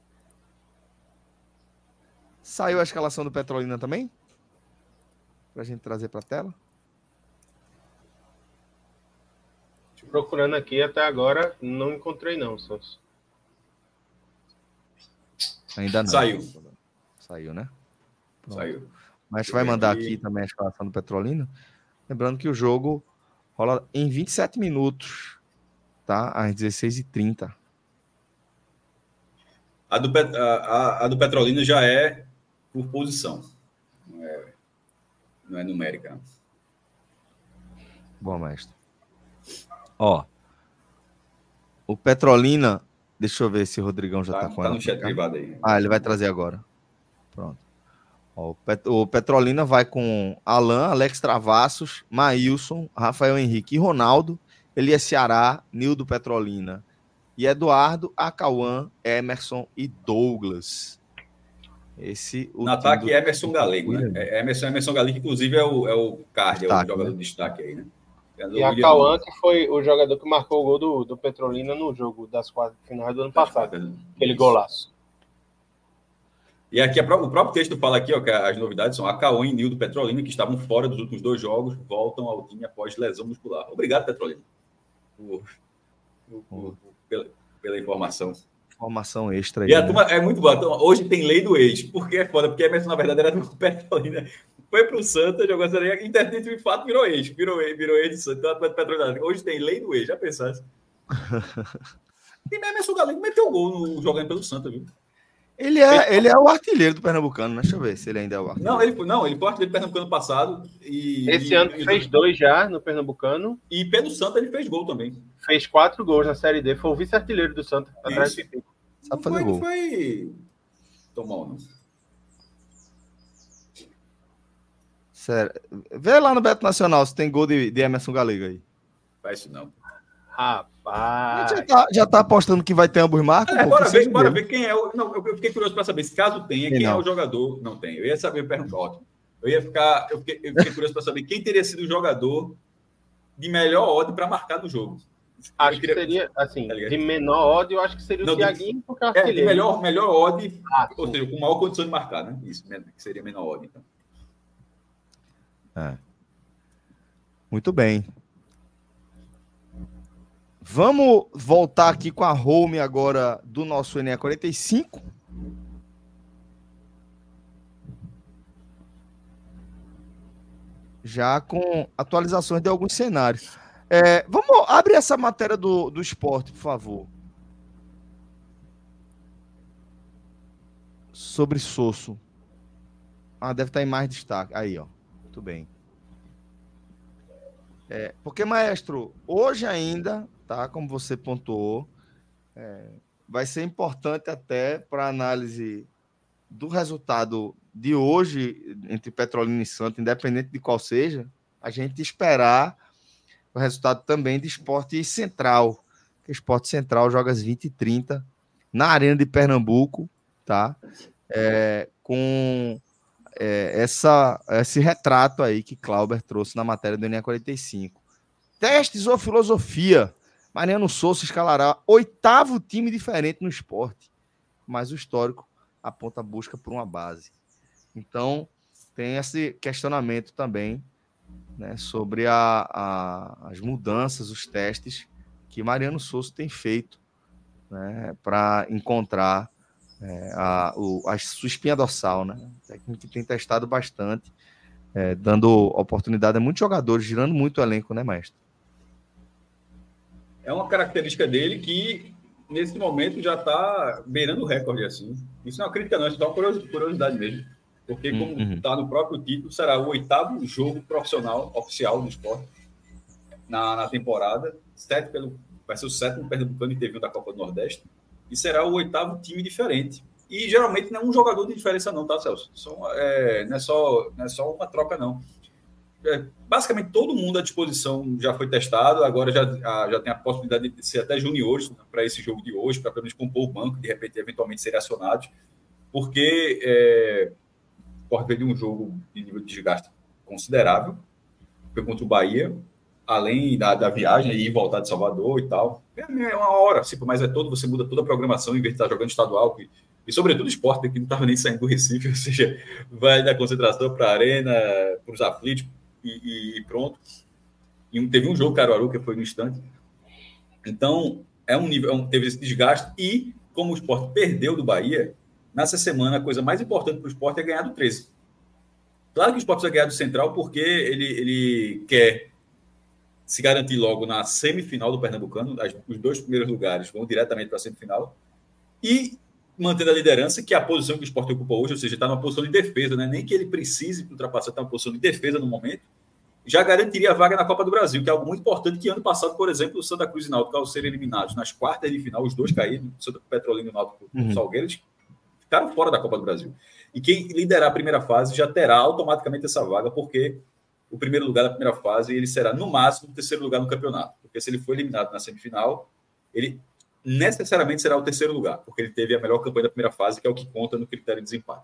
[SPEAKER 1] Saiu a escalação do Petrolina também? Para a gente trazer para a tela.
[SPEAKER 3] Procurando aqui, até agora não encontrei não, Celso.
[SPEAKER 1] Ainda não.
[SPEAKER 2] Saiu.
[SPEAKER 1] Saiu, né? Pronto.
[SPEAKER 2] Saiu.
[SPEAKER 1] Mas vai mandar aqui também a escalação do Petrolina. Lembrando que o jogo rola em vinte e sete minutos, tá? Às dezesseis e trinta.
[SPEAKER 2] A do, a, a, a do Petrolina já é por posição. Não é, não é numérica.
[SPEAKER 1] Bom, mestre. Ó. O Petrolina... Deixa eu ver se o Rodrigão já tá, tá com
[SPEAKER 2] tá
[SPEAKER 1] ela.
[SPEAKER 2] Tá no chat privado aí.
[SPEAKER 1] Ah, ele vai trazer agora. Pronto. Ó, o, Pet, o Petrolina vai com Alan, Alex Travassos, Maílson, Rafael Henrique e Ronaldo, Elias Ceará, Nildo Petrolina e Eduardo, Acauã, Emerson e Douglas. Esse
[SPEAKER 2] no ataque, do... Emerson Galego, né? É Emerson, Emerson Galego, inclusive, é o, é o card, destaque, é o jogador né? de destaque aí, né?
[SPEAKER 3] E a Cauã, que foi o jogador que marcou o gol do, do Petrolina no jogo das quartas de finais do ano das passado. Quartas, aquele isso. Golaço.
[SPEAKER 2] E aqui, o próprio texto fala aqui, ó, que as novidades são a Cauã e Nildo Petrolina, que estavam fora dos últimos dois jogos, voltam ao time após lesão muscular. Obrigado, Petrolina, por, por, por, pela, pela informação.
[SPEAKER 1] Informação extra aí.
[SPEAKER 2] E a turma né? é muito boa. Então, hoje tem lei do ex. Por que é foda? Porque Emerson, na verdade, era do Petrolina. Foi pro Santa, jogou essa lei, internet de fato virou ex. Virou ex, virou ex de Santa. Então, Petrolina. Hoje tem lei do ex, já pensasse. E Emerson Galego meteu o gol no, jogando pelo Santa, viu?
[SPEAKER 1] Ele é, ele é o artilheiro do Pernambucano, né? Deixa eu ver se ele ainda é o artilheiro.
[SPEAKER 2] Não, ele foi, não, ele foi artilheiro do Pernambucano passado. E,
[SPEAKER 3] Esse
[SPEAKER 2] e,
[SPEAKER 3] ano
[SPEAKER 2] e,
[SPEAKER 3] fez dois já no Pernambucano.
[SPEAKER 2] E pelo Santa ele fez gol também.
[SPEAKER 3] Fez quatro gols na Série D. Foi o vice-artilheiro do Santa. Atrás de Pico.
[SPEAKER 1] Sabe fazer gol.
[SPEAKER 2] Não foi tão mal, não.
[SPEAKER 1] Sério. Vê lá no Beto Nacional se tem gol de, de Emerson Galego aí.
[SPEAKER 2] Faz isso não.
[SPEAKER 3] Rapaz.
[SPEAKER 1] Já tá, já tá apostando que vai ter ambos marcos?
[SPEAKER 2] É, bora ver, bora ver quem é o... Não, eu fiquei curioso para saber, se caso tenha, quem não. é o jogador. Não tem. Eu ia saber, perguntar, ótimo. Eu ia ficar... Eu fiquei, eu fiquei curioso para saber quem teria sido o jogador de melhor odd para marcar no jogo.
[SPEAKER 3] Acho queria... que seria, assim, de menor odd, eu acho que seria o não, Thiaguinho, porque é,
[SPEAKER 2] de melhor, melhor odd, ah, ou seja, com maior condição de marcar, né? Isso, que seria menor odd, então.
[SPEAKER 1] É. Muito bem. Vamos voltar aqui com a home agora do nosso N E quarenta e cinco. Já com atualizações de alguns cenários. É, vamos abrir essa matéria do, do esporte, por favor. Sobre Sosso. Ah, deve estar em mais destaque. Aí, ó. Muito bem. É, porque, maestro, hoje ainda, tá? Como você pontuou, é, vai ser importante até para análise do resultado de hoje entre Petrolina e Santa, independente de qual seja, a gente esperar o resultado também de Esporte Central. O Esporte Central joga às vinte e trinta na Arena de Pernambuco, tá? É, com é, essa, esse retrato aí que Clauber trouxe na matéria do N E quarenta e cinco. Testes ou filosofia? Mariano Souza escalará oitavo time diferente no esporte, mas o histórico aponta a busca por uma base. Então, tem esse questionamento também, né, sobre a, a, as mudanças, os testes que Mariano Souza tem feito né, para encontrar é, a, o, a sua espinha dorsal, né? A gente tem testado bastante, é, dando oportunidade a muitos jogadores, girando muito o elenco, né, mestre?
[SPEAKER 2] É uma característica dele que, nesse momento, já está beirando o recorde, assim. Isso não é uma crítica, não, isso é uma curiosidade mesmo. Porque, como está uhum. no próprio título, será o oitavo jogo profissional oficial do esporte na, na temporada. Sete pelo, vai ser o sétimo Pernambucano e teve um da Copa do Nordeste. E será o oitavo time diferente. E, geralmente, não é um jogador de diferença não, tá, Celso? São, é, não, é só, não é só uma troca, não. É, basicamente, todo mundo à disposição já foi testado. Agora já, já tem a possibilidade de ser até juniores, né, para esse jogo de hoje, para pelo menos compor o banco, de repente, eventualmente, serem acionados. Porque... É, Sport veio de um jogo de nível de desgaste considerável, foi contra o Bahia, além da, da viagem e voltar de Salvador e tal. É, é uma hora, assim, mas é todo, você muda toda a programação em vez de estar jogando estadual, e, e sobretudo o Sport, que não estava nem saindo do Recife, ou seja, vai da concentração para a Arena, para os aflitos e, e pronto. E teve um jogo Caruaru que foi no instante. Então, é um nível, é um, teve esse desgaste e, como o Sport perdeu do Bahia, nessa semana, a coisa mais importante para o Sport é ganhar do treze. Claro que o Sport precisa ganhar do Central porque ele, ele quer se garantir logo na semifinal do Pernambucano. As, os dois primeiros lugares vão diretamente para a semifinal. E mantendo a liderança, que é a posição que o Sport ocupa hoje, ou seja, está numa posição de defesa, né? Nem que ele precise ultrapassar, está numa posição de defesa no momento, já garantiria a vaga na Copa do Brasil, que é algo muito importante, que ano passado, por exemplo, o Santa Cruz e o Náutico, ao serem eliminados nas quartas de final, os dois caíram, o Santa Petrolina e o Náutico uhum. Salgueiros, ficaram fora da Copa do Brasil. E quem liderar a primeira fase já terá automaticamente essa vaga, porque o primeiro lugar da primeira fase ele será, no máximo, o terceiro lugar no campeonato. Porque se ele for eliminado na semifinal, ele necessariamente será o terceiro lugar, porque ele teve a melhor campanha da primeira fase, que é o que conta no critério de desempate,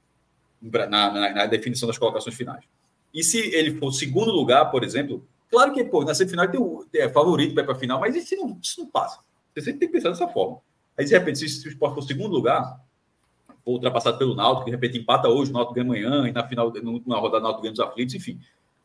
[SPEAKER 2] na, na, na definição das colocações finais. E se ele for segundo lugar, por exemplo, claro que pô, na semifinal tem o é, favorito para ir para a final, mas isso não, isso não passa. Você sempre tem que pensar dessa forma. Aí, de repente, se, se o Sport for segundo lugar, ultrapassado pelo Náutico, de repente empata hoje, o Náutico ganha amanhã, e na final, na rodada, o Náutico ganha dos aflitos, enfim.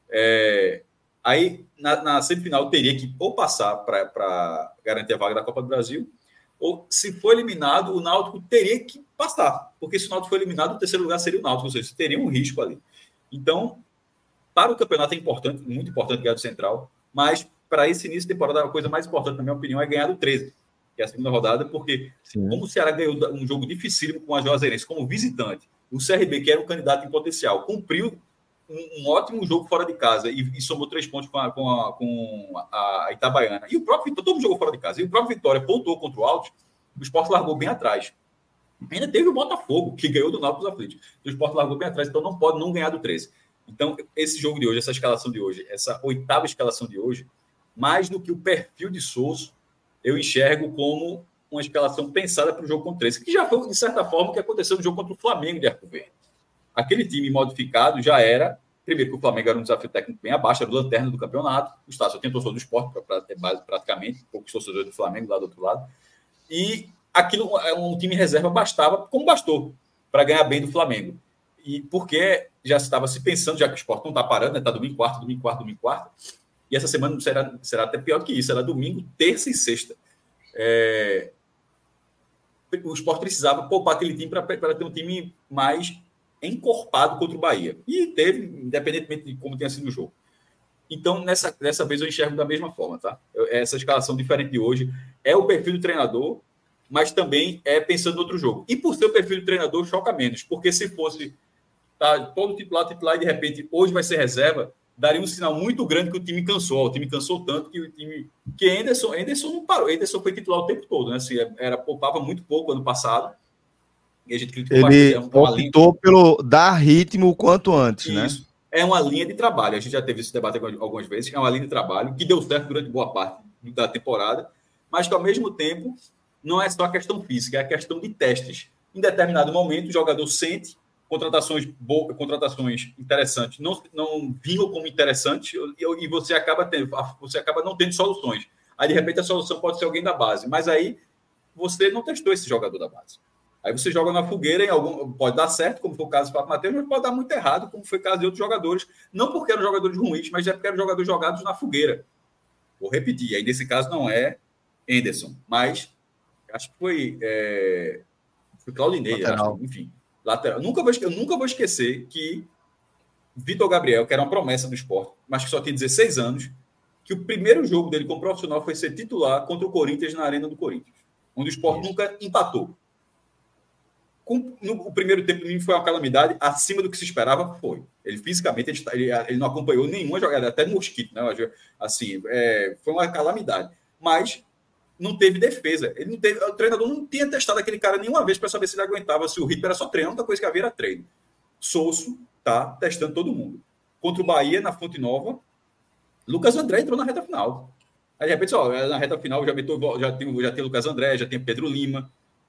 [SPEAKER 2] É, aí, na, na semifinal, teria que ou passar para garantir a vaga da Copa do Brasil, ou, se for eliminado, o Náutico teria que passar, porque se o Náutico for eliminado, o terceiro lugar seria o Náutico, ou seja, teria um risco ali. Então, para o campeonato é importante, muito importante ganhar do Central, mas para esse início de temporada, a coisa mais importante, na minha opinião, é ganhar do treze. Que é a segunda rodada, porque Sim. como o Ceará ganhou um jogo dificílimo com a Juazeirense como visitante, o C R B, que era um candidato em potencial, cumpriu um, um ótimo jogo fora de casa e, e somou três pontos com a, com, a, com a Itabaiana. E o próprio Vitória, todo mundo jogou fora de casa, e o próprio Vitória pontuou contra o Altos, o Sport largou bem atrás. Ainda teve o Botafogo, que ganhou do Náutico dos Aflitos. O Sport largou bem atrás, então não pode não ganhar do treze. Então, esse jogo de hoje, essa escalação de hoje, essa oitava escalação de hoje, mais do que o perfil de Souza, eu enxergo como uma escalação pensada para o jogo contra o treze, que já foi, de certa forma, o que aconteceu no jogo contra o Flamengo de Arco Verde. Aquele time modificado já era, primeiro que o Flamengo era um desafio técnico bem abaixo, era o lanterna do campeonato, o Estácio tem torcedor do Sport, para ter base praticamente, poucos torcedores do Flamengo lá do outro lado, e aquilo, um time reserva bastava, como bastou, para ganhar bem do Flamengo. E porque já estava se pensando, já que o Sport não está parando, está né? domingo, quarta, domingo, quarta, domingo, quarta, e essa semana será, será até pior do que isso, será domingo, terça e sexta. É... O Sport precisava poupar aquele time para ter um time mais encorpado contra o Bahia. E teve, independentemente de como tenha sido o jogo. Então, nessa, dessa vez eu enxergo da mesma forma, tá? Eu, essa escalação diferente de hoje é o perfil do treinador, mas também é pensando no outro jogo. E por ser o perfil do treinador, choca menos. Porque se fosse tá, todo titular, titular, e de repente hoje vai ser reserva, daria um sinal muito grande que o time cansou. O time cansou tanto que o time... Que Henderson, Henderson não parou. Henderson foi titular o tempo todo, né? Assim, era, poupava muito pouco ano passado. E a gente criticou
[SPEAKER 1] Ele bastante. Ele optou linha... pelo dar ritmo o quanto antes, Isso. né? Isso.
[SPEAKER 2] É uma linha de trabalho. A gente já teve esse debate algumas vezes. É uma linha de trabalho que deu certo durante boa parte da temporada, mas que, ao mesmo tempo, não é só a questão física, é a questão de testes. Em determinado momento, o jogador sente contratações boas, contratações interessantes, não, não vinham como interessantes e, e você, acaba tendo, você acaba não tendo soluções. Aí, de repente, a solução pode ser alguém da base, mas aí você não testou esse jogador da base. Aí você joga na fogueira, em algum, pode dar certo, como foi o caso do Papo Matheus, mas pode dar muito errado, como foi o caso de outros jogadores. Não porque eram jogadores ruins, mas já porque eram jogadores jogados na fogueira. Vou repetir, aí nesse caso não é Henderson, mas acho que foi, é, foi Claudinei, acho, enfim, lateral. Nunca vou, eu nunca vou esquecer que Vitor Gabriel, que era uma promessa do Sport, mas que só tinha dezesseis anos, que o primeiro jogo dele como profissional foi ser titular contra o Corinthians na Arena do Corinthians, onde o Sport Isso. nunca empatou. Com, no, o primeiro tempo foi uma calamidade, acima do que se esperava, foi. Ele fisicamente ele, ele, ele não acompanhou nenhuma jogada, até mosquito, né? Assim, é, foi uma calamidade. Mas não teve defesa. Ele não teve, o treinador não tinha testado aquele cara nenhuma vez para saber se ele aguentava, se o ritmo era só treino, a única coisa que havia era treino. Souso tá testando todo mundo. Contra o Bahia, na Fonte Nova, Lucas André entrou na reta final. Aí, de repente, ó, na reta final já, metou, já, tem, já tem Lucas André, já tem Pedro Lima,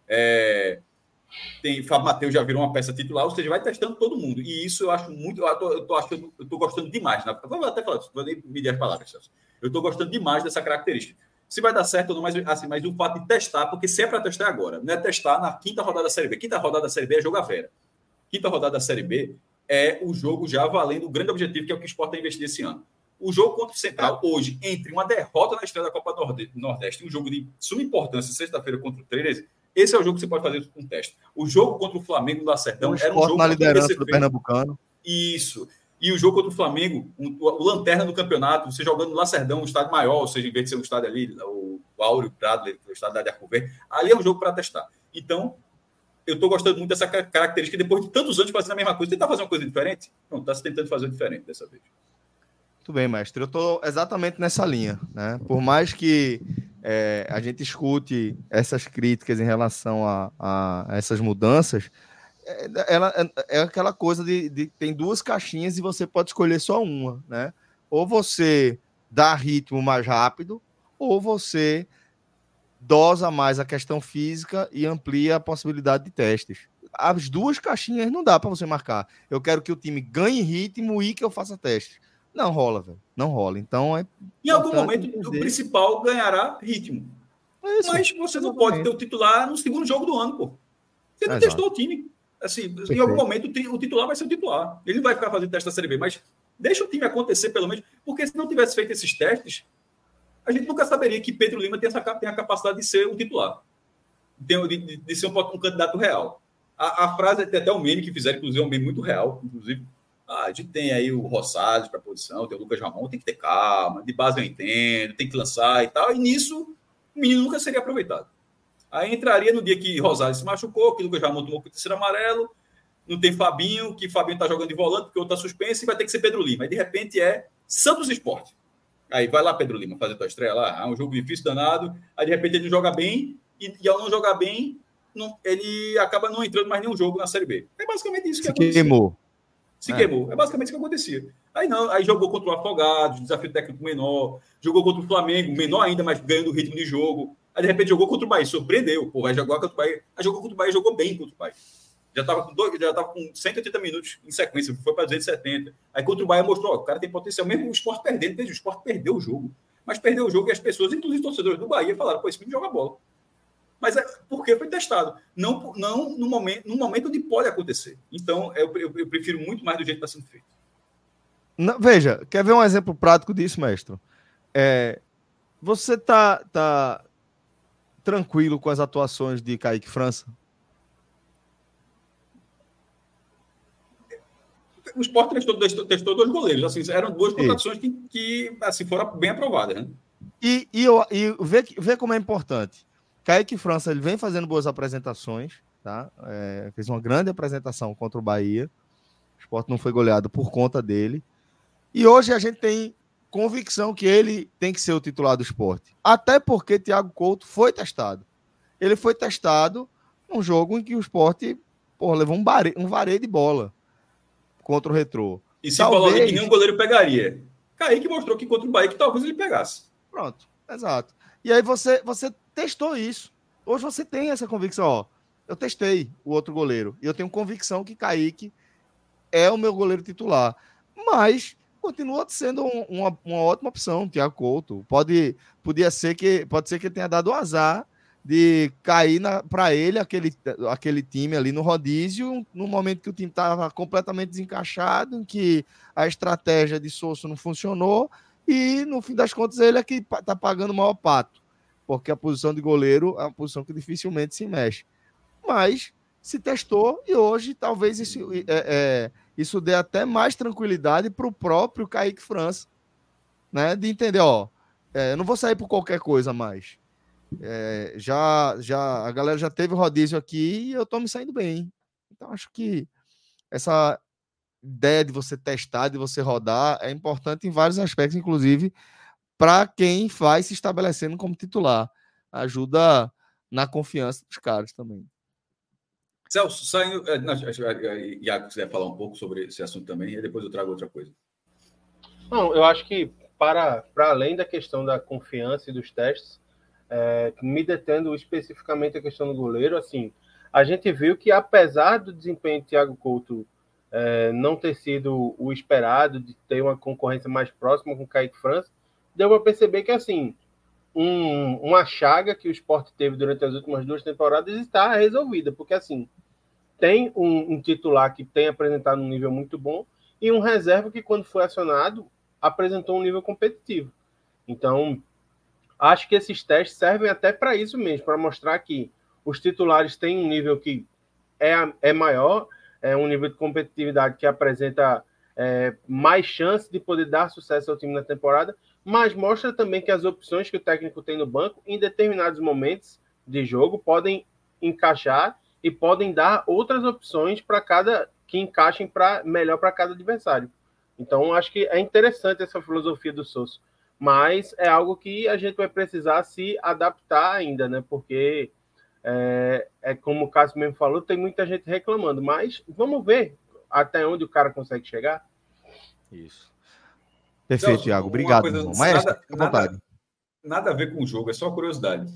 [SPEAKER 2] é, tem Fábio Matheus, já virou uma peça titular, ou seja, vai testando todo mundo. E isso eu acho muito. Eu tô, eu tô, achando, eu tô gostando demais. Né? Vou até falar, vou nem medir as palavras, Celso. Eu tô gostando demais dessa característica. Se vai dar certo ou não, mas, assim, mas o fato de testar, porque se é para testar agora, não é testar na quinta rodada da Série B. Quinta rodada da Série B é jogo a vera. Quinta rodada da Série B é o jogo já valendo o grande objetivo, que é o que o Sport vai investir esse ano. O jogo contra o Central, hoje, entre uma derrota na estreia da Copa Nordeste e um jogo de suma importância, sexta-feira contra o treze, esse é o jogo que você pode fazer um teste. O jogo contra o Flamengo no Lacerdão era um jogo
[SPEAKER 1] na liderança do Pernambucano.
[SPEAKER 2] Isso. E o jogo contra o Flamengo, um, o lanterna do campeonato, você jogando no Lacerdão, um estádio maior, ou seja, em vez de ser um estádio ali, o, o Áureo Bradley, o estádio da Arco Verde, ali é um jogo para testar. Então, eu estou gostando muito dessa característica, depois de tantos anos fazendo a mesma coisa, tentar fazer uma coisa diferente? Não, está se tentando fazer diferente dessa vez.
[SPEAKER 1] Muito bem, mestre. Eu estou exatamente nessa linha, né? Por mais que é, a gente escute essas críticas em relação a, a essas mudanças, é, ela, é, é aquela coisa de, de tem duas caixinhas e você pode escolher só uma, né? Ou você dá ritmo mais rápido, ou você dosa mais a questão física e amplia a possibilidade de testes. As duas caixinhas não dá para você marcar. Eu quero que o time ganhe ritmo e que eu faça testes. Não rola, velho. Não rola. Então, é
[SPEAKER 2] em algum momento, entender. O principal ganhará ritmo. É isso, mas você não pode ter o titular no segundo jogo do ano, pô. Você não é testou exato. O time. Assim, em algum momento, o titular vai ser o titular. Ele não vai ficar fazendo teste da Série B, mas deixa o time acontecer, pelo menos, porque se não tivesse feito esses testes, a gente nunca saberia que Pedro Lima tem, essa, tem a capacidade de ser um titular. De, de, de ser um, um candidato real. A, a frase, tem até um meme que fizeram, inclusive, é um meme muito real, inclusive. Ah, a gente tem aí o Rosales para a posição, tem o Lucas Ramon, tem que ter calma, de base eu entendo, tem que lançar e tal, e nisso o menino nunca seria aproveitado. Aí entraria no dia que Rosales se machucou, que o Lucas Ramon tomou o terceiro amarelo, não tem Fabinho, que Fabinho está jogando de volante, porque o outro está suspenso, e vai ter que ser Pedro Lima. Aí, de repente, é Santos Sport. Aí vai lá, Pedro Lima, fazer tua estreia lá, é um jogo difícil, danado, aí de repente ele não joga bem, e, e ao não jogar bem, não, ele acaba não entrando mais nenhum jogo na Série B. É basicamente isso que aconteceu.
[SPEAKER 1] Queimou.
[SPEAKER 2] Se é. queimou. É basicamente isso que acontecia. Aí não, aí jogou contra o Afogados, desafio técnico menor, jogou contra o Flamengo, menor ainda, mas ganhando o ritmo de jogo. Aí de repente jogou contra o Bahia, surpreendeu. Pô, vai jogar contra o Bahia. Aí jogou contra o Bahia, jogou bem contra o Bahia. Já estava com, dois, já tava com cento e oitenta minutos em sequência, foi para duzentos e setenta. Aí contra o Bahia mostrou, ó, o cara tem potencial. Mesmo o Sport perdendo, o Sport perdeu o jogo. Mas perdeu o jogo e as pessoas, inclusive os torcedores do Bahia, falaram, pô, esse time joga bola. Mas é porque foi testado. Não, não no, momento, no momento onde pode acontecer. Então, eu, eu, eu prefiro muito mais do jeito que está sendo feito.
[SPEAKER 1] Não, veja, quer ver um exemplo prático disso, mestre? É, você tá, tá tranquilo com as atuações de Kaique França?
[SPEAKER 2] O Sport testou, testou, testou dois goleiros. Assim, eram duas contratações que, que assim, foram bem aprovadas. Né?
[SPEAKER 1] E, e, eu, e vê, vê como é importante. Kaique França, ele vem fazendo boas apresentações, tá? É, fez uma grande apresentação contra o Bahia. O Sport não foi goleado por conta dele. E hoje a gente tem convicção que ele tem que ser o titular do Sport. Até porque Thiago Couto foi testado. Ele foi testado num jogo em que o Sport porra, levou um, bare... um vareio de bola contra o Retrô.
[SPEAKER 2] E se talvez... falou que nenhum goleiro pegaria. Kaique mostrou que contra o Bahia que talvez ele pegasse.
[SPEAKER 1] Pronto, exato. E aí você, você testou isso. Hoje você tem essa convicção, ó. Eu testei o outro goleiro. E eu tenho convicção que Kaique é o meu goleiro titular. Mas continua sendo um, uma, uma ótima opção, Thiago Couto. Pode, podia ser que, pode ser que ele tenha dado o azar de cair para ele aquele, aquele time ali no rodízio, no momento que o time estava completamente desencaixado, em que a estratégia de Sousa não funcionou, e no fim das contas ele é que está pagando o maior pato. porque a posição de goleiro é uma posição que dificilmente se mexe. Mas se testou e hoje talvez isso, é, é, isso dê até mais tranquilidade para o próprio Kaique França, né? De entender, ó, é, eu não vou sair por qualquer coisa mais. É, já, já, a galera já teve o rodízio aqui e eu tô me saindo bem. Então acho que essa ideia de você testar, de você rodar, é importante em vários aspectos, inclusive para quem vai se estabelecendo como titular. Ajuda na confiança dos caras também.
[SPEAKER 2] Celso, saindo. Iago, quiser falar um pouco sobre esse assunto também, e depois eu trago outra coisa.
[SPEAKER 3] Não, eu acho que, para, para além da questão da confiança e dos testes, é, me detendo especificamente a questão do goleiro, assim, a gente viu que, apesar do desempenho de Thiago Couto é, não ter sido o esperado, de ter uma concorrência mais próxima com o Kaique França, deu para perceber que, assim, um, uma chaga que o Sport teve durante as últimas duas temporadas está resolvida, porque, assim, tem um, um titular que tem apresentado um nível muito bom e um reserva que, quando foi acionado, apresentou um nível competitivo. Então, acho que esses testes servem até para isso mesmo, para mostrar que os titulares têm um nível que é, é maior, é um nível de competitividade que apresenta é, mais chance de poder dar sucesso ao time na temporada, mas mostra também que as opções que o técnico tem no banco, em determinados momentos de jogo, podem encaixar e podem dar outras opções para cada que encaixem pra, melhor para cada adversário. Então, acho que é interessante essa filosofia do Sousa, mas é algo que a gente vai precisar se adaptar ainda, né? Porque é, é como o Cássio mesmo falou, tem muita gente reclamando, mas vamos ver até onde o cara consegue chegar.
[SPEAKER 1] Isso. Perfeito, então, Thiago. Obrigado.
[SPEAKER 2] Coisa,
[SPEAKER 1] Maestro,
[SPEAKER 2] nada, nada, nada a ver com o jogo, é só curiosidade.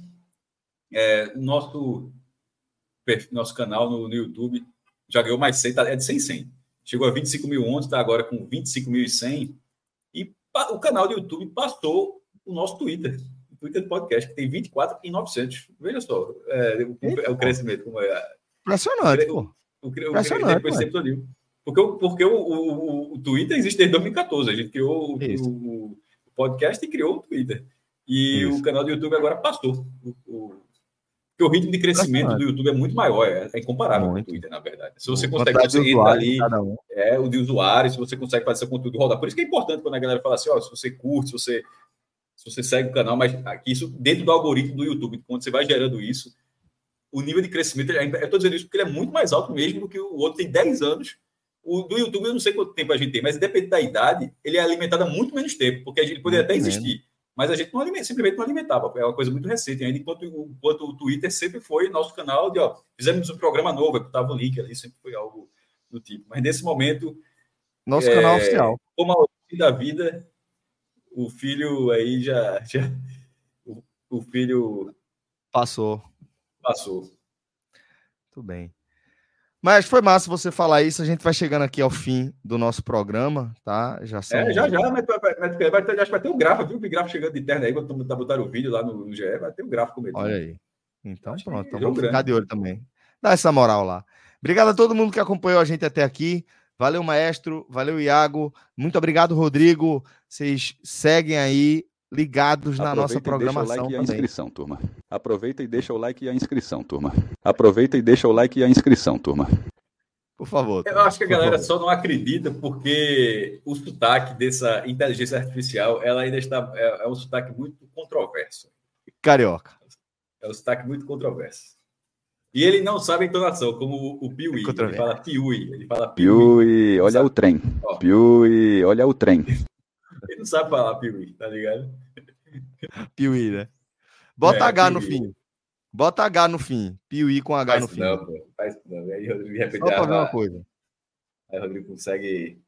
[SPEAKER 2] É, nosso nosso canal no, no YouTube já ganhou mais cem, é de cem em cem. Chegou a vinte e cinco mil ontem, está agora com vinte e cinco mil e cem. E pa, o canal do YouTube passou o nosso Twitter, o Twitter do podcast, que tem vinte e quatro mil e novecentos. Veja só, é, o, é o crescimento. Como é.
[SPEAKER 1] Impressionante, pô.
[SPEAKER 2] O, o, o, Impressionante, o, porque porque o, o, o Twitter existe desde dois mil e catorze. A gente criou o, o, o podcast e criou o Twitter. E Isso. o canal do YouTube agora passou o, o Porque o ritmo de crescimento do YouTube é muito maior, é, é incomparável muito. com o Twitter, na verdade. Se você consegue conseguir ali, um. é, o de usuários, se você consegue fazer seu conteúdo rodar. Por isso que é importante quando a galera fala assim, ó, se você curte, se você, se você segue o canal, mas aqui, isso dentro do algoritmo do YouTube, quando você vai gerando isso, o nível de crescimento, eu estou dizendo isso porque ele é muito mais alto mesmo do que o outro, tem dez anos. O do YouTube, eu não sei quanto tempo a gente tem, mas independente da idade, ele é alimentado há muito menos tempo, porque a gente poderia muito até menos. existir. Mas a gente não alimenta, simplesmente não alimentava. É uma coisa muito recente ainda, enquanto, enquanto o Twitter sempre foi nosso canal de, ó, fizemos um programa novo, botava o link ali, sempre foi algo do tipo. Mas nesse momento...
[SPEAKER 1] Nosso é, canal oficial.
[SPEAKER 2] Como a origem da vida, o filho aí já... já o, o filho...
[SPEAKER 1] Passou.
[SPEAKER 2] Passou.
[SPEAKER 1] Muito bem. Mas foi massa você falar isso. A gente vai chegando aqui ao fim do nosso programa, tá? Já são...
[SPEAKER 2] É, já, já. Mas, mas, mas, vai ter, acho que vai ter um gráfico, viu? O gráfico chegando de internet aí, quando tá botaram o vídeo lá no, no G E, vai ter um gráfico mesmo.
[SPEAKER 1] Olha aí. Então, acho pronto. Então vamos grande. ficar de olho também. Dá essa moral lá. Obrigado a todo mundo que acompanhou a gente até aqui. Valeu, Maestro. Valeu, Iago. Muito obrigado, Rodrigo. Vocês seguem aí ligados na nossa programação.
[SPEAKER 4] Aproveita e deixa o like e a inscrição, turma. Aproveita e deixa o like e a inscrição, turma. Aproveita e deixa o like e a inscrição, turma.
[SPEAKER 1] Por favor.
[SPEAKER 2] Eu acho que a galera só não acredita porque o sotaque dessa inteligência artificial, ela ainda está é, é um sotaque muito controverso.
[SPEAKER 1] Carioca.
[SPEAKER 2] É um sotaque muito controverso. E ele não sabe a entonação, como o, o Piuí. É ele fala Piuí. Ele fala
[SPEAKER 4] Piuí. Piuí, olha o trem. Ó. Piuí, olha o trem.
[SPEAKER 2] Ele não sabe falar Piuí, tá ligado?
[SPEAKER 1] Piuí, né? Bota é, H Piuí. no fim. Bota H no fim. Piuí com H
[SPEAKER 2] faz
[SPEAKER 1] no fim.
[SPEAKER 2] Não, pô. Faz não. Aí, de repente,
[SPEAKER 1] Só pra ver uma coisa.
[SPEAKER 2] Aí o Rodrigo consegue...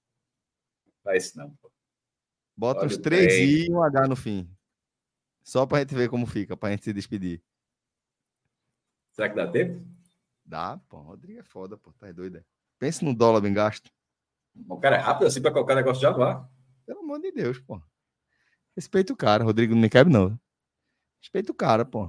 [SPEAKER 2] Faz isso não, pô.
[SPEAKER 1] Bota Olha uns três I e um H no fim. Só pra gente ver como fica, pra gente se despedir.
[SPEAKER 2] Será que dá tempo?
[SPEAKER 1] Dá, pô. O Rodrigo é foda, pô. Tá doido. Pense no dólar bem gasto.
[SPEAKER 2] O cara é rápido assim pra colocar negócio já lá.
[SPEAKER 1] Pelo amor de Deus, pô. Respeita o cara. Rodrigo não me quebra, não. Respeita o cara, pô.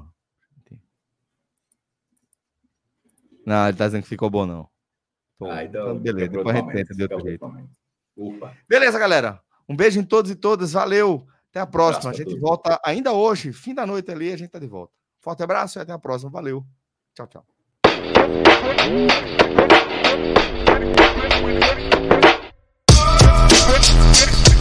[SPEAKER 1] Não, ele tá dizendo que ficou bom, não. Pô,
[SPEAKER 2] ah, então,
[SPEAKER 1] então beleza. Depois a gente tenta de outro jeito.
[SPEAKER 2] Ufa.
[SPEAKER 1] Beleza, galera. Um beijo em todos e todas. Valeu. Até a próxima. A gente volta ainda hoje, fim da noite ali, a gente tá de volta. Forte abraço e até a próxima. Valeu. Tchau, tchau.